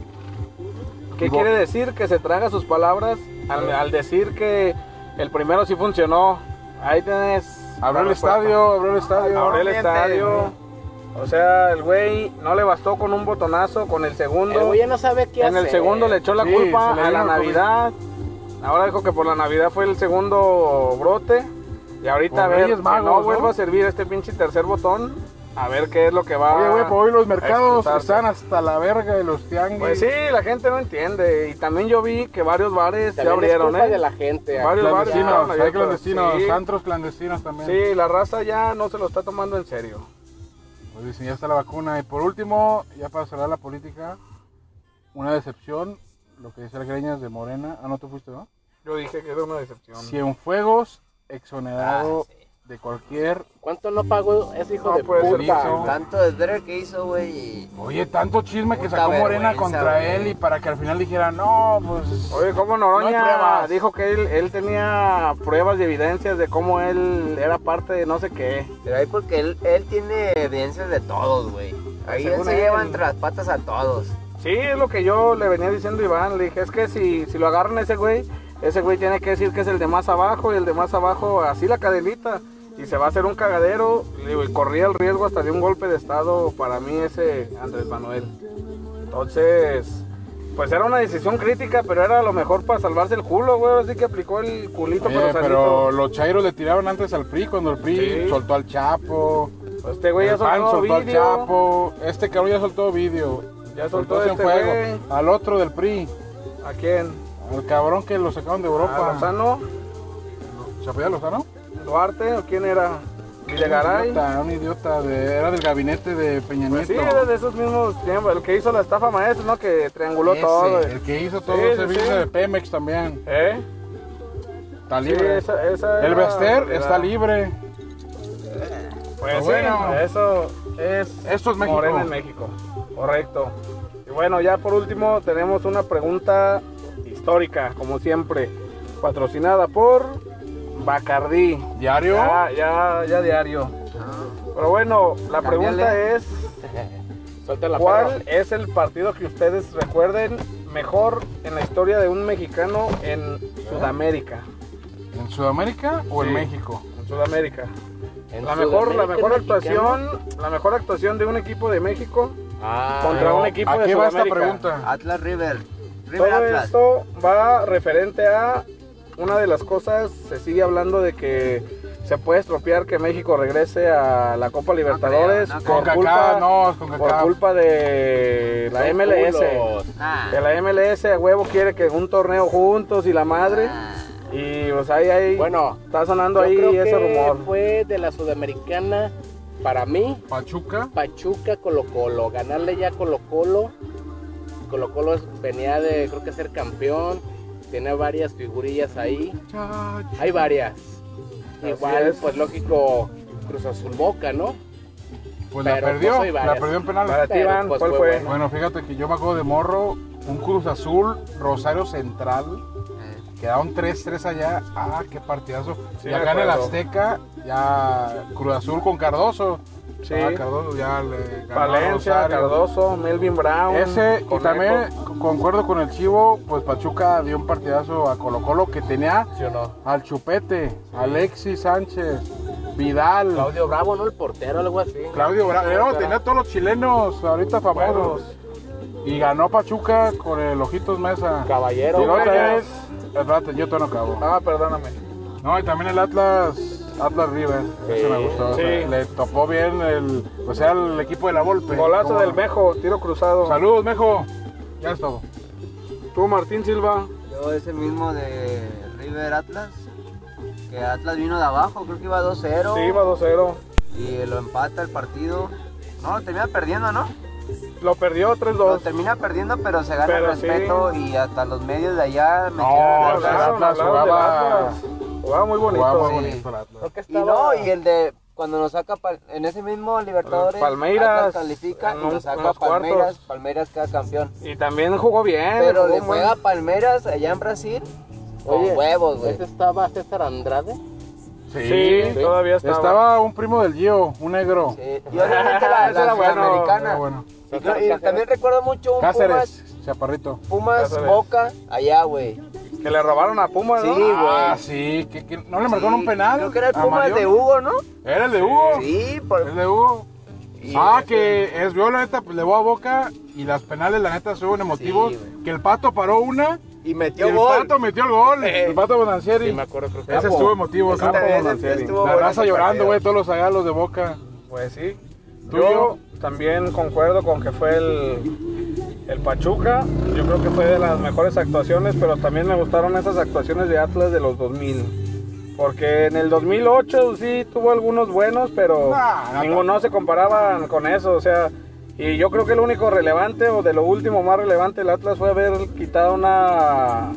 Speaker 2: ¿Qué quiere decir? Que se traga sus palabras al decir que el primero sí funcionó. Ahí tenés.
Speaker 3: Abrió el
Speaker 2: la respuesta.
Speaker 3: estadio, abrió el estadio.
Speaker 2: Abrió el
Speaker 6: Miente.
Speaker 2: estadio. O sea, el güey no le bastó con un botonazo, con el segundo.
Speaker 5: El güey ya no sabe qué
Speaker 2: En
Speaker 5: hacer.
Speaker 2: el segundo le echó la
Speaker 3: Sí,
Speaker 2: culpa
Speaker 3: se le
Speaker 2: a la
Speaker 3: vino el
Speaker 2: Navidad. Ahora dijo que por la Navidad fue el segundo brote. Y ahorita
Speaker 3: Por
Speaker 2: a ver,
Speaker 3: Reyes
Speaker 2: que
Speaker 3: Magos,
Speaker 2: no
Speaker 3: ¿no?
Speaker 2: vuelva a servir este pinche tercer botón. A ver qué es lo que va
Speaker 3: Oye, güey, pues hoy los
Speaker 2: a
Speaker 3: mercados
Speaker 2: expulsarse.
Speaker 3: están hasta la verga de los tianguis.
Speaker 2: Pues sí, la gente no entiende. Y también yo vi que varios bares se
Speaker 5: También
Speaker 2: abrieron,
Speaker 5: es culpa
Speaker 2: ¿eh?
Speaker 5: de la gente.
Speaker 2: Varios bares
Speaker 3: Clandestinos,
Speaker 2: estaban
Speaker 3: hay
Speaker 2: abiertos.
Speaker 3: clandestinos,
Speaker 2: Sí.
Speaker 3: antros clandestinos también.
Speaker 2: Sí, la raza ya no se lo está tomando en serio.
Speaker 3: Pues dicen, ya está la vacuna. Y por último, ya para cerrar la política, una decepción, lo que dice el Greñas de Morena. Ah, no, tú fuiste, ¿no?
Speaker 2: Yo dije que era una decepción.
Speaker 3: Cienfuegos, exonerado de cualquier...
Speaker 5: ¿Cuánto no pagó ese hijo
Speaker 2: No
Speaker 5: de
Speaker 2: puede ser
Speaker 5: puta?
Speaker 3: eso.
Speaker 6: Tanto desdre que hizo, güey. y-
Speaker 3: Oye, tanto chisme que
Speaker 6: Puta
Speaker 3: sacó Morena
Speaker 6: vergüenza,
Speaker 3: contra
Speaker 6: güey.
Speaker 3: él y para que al final dijera, no, pues...
Speaker 2: Oye, ¿cómo
Speaker 3: No hay
Speaker 2: Noroña
Speaker 3: pruebas.
Speaker 2: dijo que él tenía pruebas y evidencias de cómo él era parte de no sé qué?
Speaker 6: Pero ahí porque él tiene evidencias de todos, güey. Ahí él
Speaker 2: Según
Speaker 6: se
Speaker 2: él.
Speaker 6: lleva entre las patas a todos.
Speaker 2: Sí, es lo que yo le venía diciendo a Iván. Le dije, es que si lo agarran a ese güey tiene que decir que es el de más abajo y el de más abajo así la cadenita. Y se va a hacer un cagadero. Le digo, y corría el riesgo hasta de un golpe de estado para mí ese Andrés Manuel. Entonces, pues era una decisión crítica, pero era lo mejor para salvarse el culo, güey. Así que aplicó el culito
Speaker 3: Oye,
Speaker 2: pero
Speaker 3: pero
Speaker 2: salito.
Speaker 3: los chairos le tiraron antes al PRI cuando el PRI
Speaker 2: Sí.
Speaker 3: soltó al Chapo.
Speaker 2: Pues este güey ya
Speaker 3: el PAN
Speaker 2: soltó
Speaker 3: soltó al
Speaker 2: vídeo.
Speaker 3: Chapo. Este cabrón ya soltó vídeo.
Speaker 2: Ya soltó
Speaker 3: Soltó
Speaker 2: este
Speaker 3: en fuego.
Speaker 2: güey.
Speaker 3: Al otro del PRI.
Speaker 2: ¿A quién?
Speaker 3: Al cabrón que lo sacaron de Europa.
Speaker 2: ¿A Lozano?
Speaker 3: ¿Se apellida Lozano?
Speaker 2: ¿Duarte o quién era? ¿Videgaray?
Speaker 3: Un idiota, era del gabinete de Peña
Speaker 2: Pues sí,
Speaker 3: Nieto.
Speaker 2: era de esos mismos tiempos. El que hizo la estafa maestra, ¿no? Que trianguló
Speaker 3: Ese,
Speaker 2: todo.
Speaker 3: el que hizo todo
Speaker 2: Sí,
Speaker 3: ese
Speaker 2: sí,
Speaker 3: business
Speaker 2: sí.
Speaker 3: de Pemex también.
Speaker 2: ¿Eh?
Speaker 3: Está
Speaker 2: Sí,
Speaker 3: libre.
Speaker 2: esa
Speaker 3: El
Speaker 2: es la
Speaker 3: Bester
Speaker 2: realidad.
Speaker 3: está libre.
Speaker 2: Pues
Speaker 3: Pero
Speaker 2: sí,
Speaker 3: bueno.
Speaker 2: eso es
Speaker 3: Esto es México.
Speaker 2: Morena en México. Correcto. Y bueno, ya por último tenemos una pregunta histórica, como siempre, patrocinada por Bacardí.
Speaker 3: Diario.
Speaker 2: Ya diario. Pero bueno, la pregunta
Speaker 6: Cámbiale.
Speaker 2: es,
Speaker 5: Suelta la
Speaker 2: ¿cuál es el partido que ustedes recuerden mejor en la historia de un mexicano en Sudamérica?
Speaker 3: ¿En Sudamérica o en
Speaker 2: Sí.
Speaker 3: México?
Speaker 2: En Sudamérica.
Speaker 5: En
Speaker 2: La mejor
Speaker 5: Sudamérica,
Speaker 2: actuación de un equipo de México
Speaker 5: Ah,
Speaker 2: contra
Speaker 3: Pero,
Speaker 2: un equipo
Speaker 3: ¿a
Speaker 2: de
Speaker 3: qué va esta
Speaker 2: Sudamérica.
Speaker 3: pregunta?
Speaker 6: Atlas River. River
Speaker 2: Todo
Speaker 6: Atlas.
Speaker 2: esto va referente a una de las cosas, se sigue hablando de que se puede estropear que México regrese a la Copa Libertadores
Speaker 6: no creo.
Speaker 2: por,
Speaker 3: Con
Speaker 2: culpa,
Speaker 3: Kaká, no, es con
Speaker 2: por
Speaker 3: Kaká.
Speaker 2: culpa de la
Speaker 5: son
Speaker 2: MLS.
Speaker 5: culos.
Speaker 6: Ah.
Speaker 2: Que la MLS a huevo quiere que un torneo juntos y la madre.
Speaker 6: Ah.
Speaker 2: Y pues ahí
Speaker 5: Bueno,
Speaker 2: está sonando
Speaker 5: yo
Speaker 2: ahí
Speaker 5: creo
Speaker 2: ese
Speaker 5: que
Speaker 2: rumor.
Speaker 5: fue de la Sudamericana, para mí,
Speaker 3: Pachuca.
Speaker 5: Pachuca, Colo-Colo. Ganarle ya a Colo-Colo. Colo-Colo venía de, creo que ser campeón. Tiene varias figurillas ahí. Hay varias.
Speaker 2: Así
Speaker 5: Igual,
Speaker 2: es.
Speaker 5: pues lógico, Cruz Azul Boca, ¿no?
Speaker 3: Pues la
Speaker 5: Pero,
Speaker 3: perdió.
Speaker 5: pues, hay
Speaker 3: La
Speaker 5: varias.
Speaker 3: perdió en penales.
Speaker 2: Para ti,
Speaker 5: Pero,
Speaker 2: Iván,
Speaker 5: pues,
Speaker 2: ¿cuál
Speaker 5: fue
Speaker 2: fue?
Speaker 5: bueno.
Speaker 3: Bueno, fíjate que yo me acuerdo de morro, un Cruz Azul, Rosario Central, quedaron 3-3 allá, qué partidazo.
Speaker 2: Sí,
Speaker 3: y
Speaker 2: me
Speaker 3: acá en el
Speaker 2: acuerdo.
Speaker 3: Azteca, ya Cruz Azul con Cardoso.
Speaker 2: Sí.
Speaker 3: Cardoso ya le ganó a
Speaker 2: Valencia,
Speaker 3: Rosario.
Speaker 2: Cardoso, Melvin Brown.
Speaker 3: Ese, y
Speaker 2: Conejo.
Speaker 3: también concuerdo con el Chivo, pues Pachuca dio un partidazo a Colo Colo que tenía
Speaker 5: ¿Sí o no?
Speaker 3: al Chupete, Alexis Sánchez, Vidal,
Speaker 5: Claudio Bravo, ¿no? El portero, algo así.
Speaker 3: Claudio Bravo, tenía todos los chilenos ahorita famosos. Y ganó Pachuca con el Ojitos Mesa.
Speaker 5: Caballero.
Speaker 3: Y luego
Speaker 2: Güey.
Speaker 3: también, espérate, yo todavía no acabo.
Speaker 2: Ah, perdóname.
Speaker 3: No, y también el Atlas River, ese me gustó.
Speaker 2: Sí.
Speaker 3: Le topó bien el equipo de la Volpe.
Speaker 2: Golazo
Speaker 3: ¿Cómo
Speaker 2: del
Speaker 3: no?
Speaker 2: Mejo, tiro cruzado.
Speaker 3: Saludos, Mejo. Ya es todo.
Speaker 2: Tú, Martín Silva.
Speaker 6: Yo ese mismo de River Atlas. Que Atlas vino de abajo, creo que iba 2-0.
Speaker 2: Sí, iba 2-0.
Speaker 6: Y lo empata el partido. No, lo termina perdiendo, ¿no?
Speaker 2: Lo perdió
Speaker 6: Lo
Speaker 2: 3-2.
Speaker 6: termina perdiendo, pero se gana
Speaker 2: Pero
Speaker 6: el respeto
Speaker 2: sí.
Speaker 6: y hasta los medios de allá
Speaker 3: No,
Speaker 6: metieron
Speaker 3: el
Speaker 6: el
Speaker 3: Atlas
Speaker 6: Atlas.
Speaker 2: hablaron del
Speaker 3: jugaba-
Speaker 2: Atlas. Jugaba muy bonito.
Speaker 3: Jugaba
Speaker 6: Sí.
Speaker 3: muy bonito el Atlas.
Speaker 5: Creo que
Speaker 6: Y
Speaker 5: estaba...
Speaker 6: no, y el de cuando nos saca en ese mismo Libertadores,
Speaker 2: Palmeiras,
Speaker 6: Atlas califica
Speaker 2: en
Speaker 6: y nos
Speaker 2: en
Speaker 6: saca
Speaker 2: los
Speaker 6: Palmeiras,
Speaker 2: cuartos.
Speaker 6: Palmeiras queda campeón.
Speaker 2: Y también jugó bien.
Speaker 6: Pero
Speaker 2: jugó
Speaker 6: le
Speaker 2: muy-
Speaker 6: juega a Palmeiras allá en Brasil con
Speaker 5: Oye,
Speaker 6: huevos, güey.
Speaker 5: ¿ese estaba César Andrade?
Speaker 2: Sí, todavía estaba.
Speaker 3: Estaba un primo del Gio, un negro.
Speaker 6: Sí, y obviamente la,
Speaker 2: Ese era bueno,
Speaker 6: Sudamericana.
Speaker 3: Era bueno.
Speaker 6: Y también recuerdo mucho un
Speaker 3: Cáceres, Chaparrito.
Speaker 6: Pumas
Speaker 2: Cáceres.
Speaker 6: Boca allá, güey.
Speaker 2: Que le robaron a Pumas, ¿no?
Speaker 6: Sí, güey.
Speaker 3: Ah, sí, que no le marcaron un penal.
Speaker 6: Creo que era el
Speaker 3: a
Speaker 6: Pumas
Speaker 3: Marioni.
Speaker 6: de Hugo, ¿no?
Speaker 3: Era el de Hugo.
Speaker 6: Sí, por...
Speaker 3: Es de Hugo.
Speaker 6: y-
Speaker 3: Que es vio la neta, pues le voy a Boca y las penales la neta son emotivos.
Speaker 6: Sí, güey.
Speaker 3: Que el Pato paró una
Speaker 6: Y
Speaker 3: y
Speaker 6: metió
Speaker 3: el
Speaker 6: gol.
Speaker 3: Pato metió el gol. El Pato Bonancieri.
Speaker 5: Sí, me acuerdo, creo que
Speaker 3: Ese estuvo emotivo.
Speaker 6: Ese
Speaker 3: Campo
Speaker 6: también
Speaker 3: Bonancieri.
Speaker 6: estuvo
Speaker 3: La
Speaker 6: bueno
Speaker 3: raza
Speaker 6: ese
Speaker 3: llorando,
Speaker 6: partido.
Speaker 3: güey, todos los allá, los de Boca.
Speaker 2: Pues sí.
Speaker 3: ¿Tú,
Speaker 2: Yo también concuerdo con que fue el Pachuca. Yo creo que fue de las mejores actuaciones, pero también me gustaron esas actuaciones de Atlas de los 2000. Porque en el 2008 sí tuvo algunos buenos, pero
Speaker 3: Nah,
Speaker 2: ninguno no se comparaban con eso. O sea, y yo creo que lo único relevante o de lo último más relevante del Atlas fue haber quitado una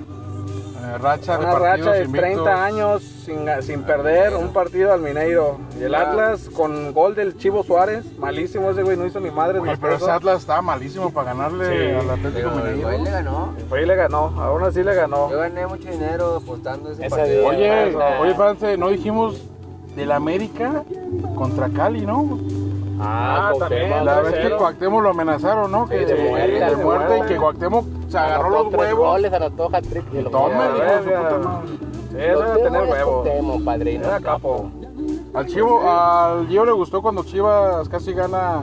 Speaker 3: Racha de
Speaker 2: racha
Speaker 3: partidos
Speaker 2: de
Speaker 3: invictos.
Speaker 2: 30 años sin perder un partido al Mineiro. Y el Atlas con gol del Chivo Suárez, malísimo ese güey, no hizo ni madre.
Speaker 3: Oye, pero ese Atlas estaba malísimo para ganarle
Speaker 2: Sí.
Speaker 3: al Atlético
Speaker 6: Pero el
Speaker 3: Mineiro.
Speaker 6: güey le ganó.
Speaker 2: Fue y le ganó, aún así le ganó.
Speaker 6: Yo gané mucho dinero apostando ese
Speaker 5: Ese
Speaker 6: partido.
Speaker 5: día.
Speaker 3: Oye,
Speaker 2: Eso.
Speaker 3: oye, France, no dijimos del América contra Cali, ¿no?
Speaker 2: Ah, también,
Speaker 3: La vez
Speaker 2: 2-0.
Speaker 3: que Cuauhtémoc lo amenazaron, ¿no? Que
Speaker 5: de muerte,
Speaker 3: de muerte y que Cuauhtémoc se agarró los huevos.
Speaker 5: Goles, anotó hat-trick y lo
Speaker 3: Tome,
Speaker 2: Ya,
Speaker 3: hijo de su
Speaker 2: ya.
Speaker 3: puta madre.
Speaker 2: Sí, eso era tener huevo.
Speaker 5: Temo, padrino.
Speaker 2: Era capo.
Speaker 3: Al Gio le gustó cuando Chivas casi gana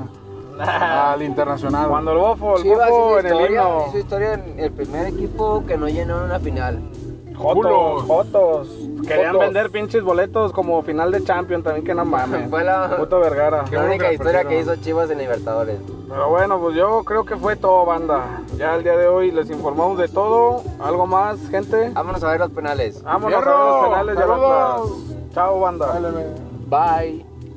Speaker 3: al Internacional.
Speaker 2: Cuando el bofo
Speaker 6: Chivas
Speaker 2: en el
Speaker 6: hizo
Speaker 2: himno.
Speaker 6: historia en el primer equipo que no llenó una final.
Speaker 2: Jotos, jotos. Querían
Speaker 5: Jotos.
Speaker 2: vender pinches boletos como final de Champions también, que no mames.
Speaker 6: Fue la,
Speaker 2: Puto Vergara.
Speaker 3: Qué
Speaker 6: la
Speaker 3: bueno
Speaker 6: única
Speaker 3: que
Speaker 6: historia que
Speaker 3: perdieron.
Speaker 6: hizo Chivas en Libertadores.
Speaker 2: Pero bueno, pues yo creo que fue todo, banda. Ya el día de hoy les informamos de todo. ¿Algo más, gente?
Speaker 6: Vámonos a ver los penales.
Speaker 2: Vámonos a ver
Speaker 3: ¡Fierro!
Speaker 2: los penales del
Speaker 3: ¡Saludos!
Speaker 2: Atlas. Chao, banda.
Speaker 3: Dale, ve.
Speaker 5: Bye.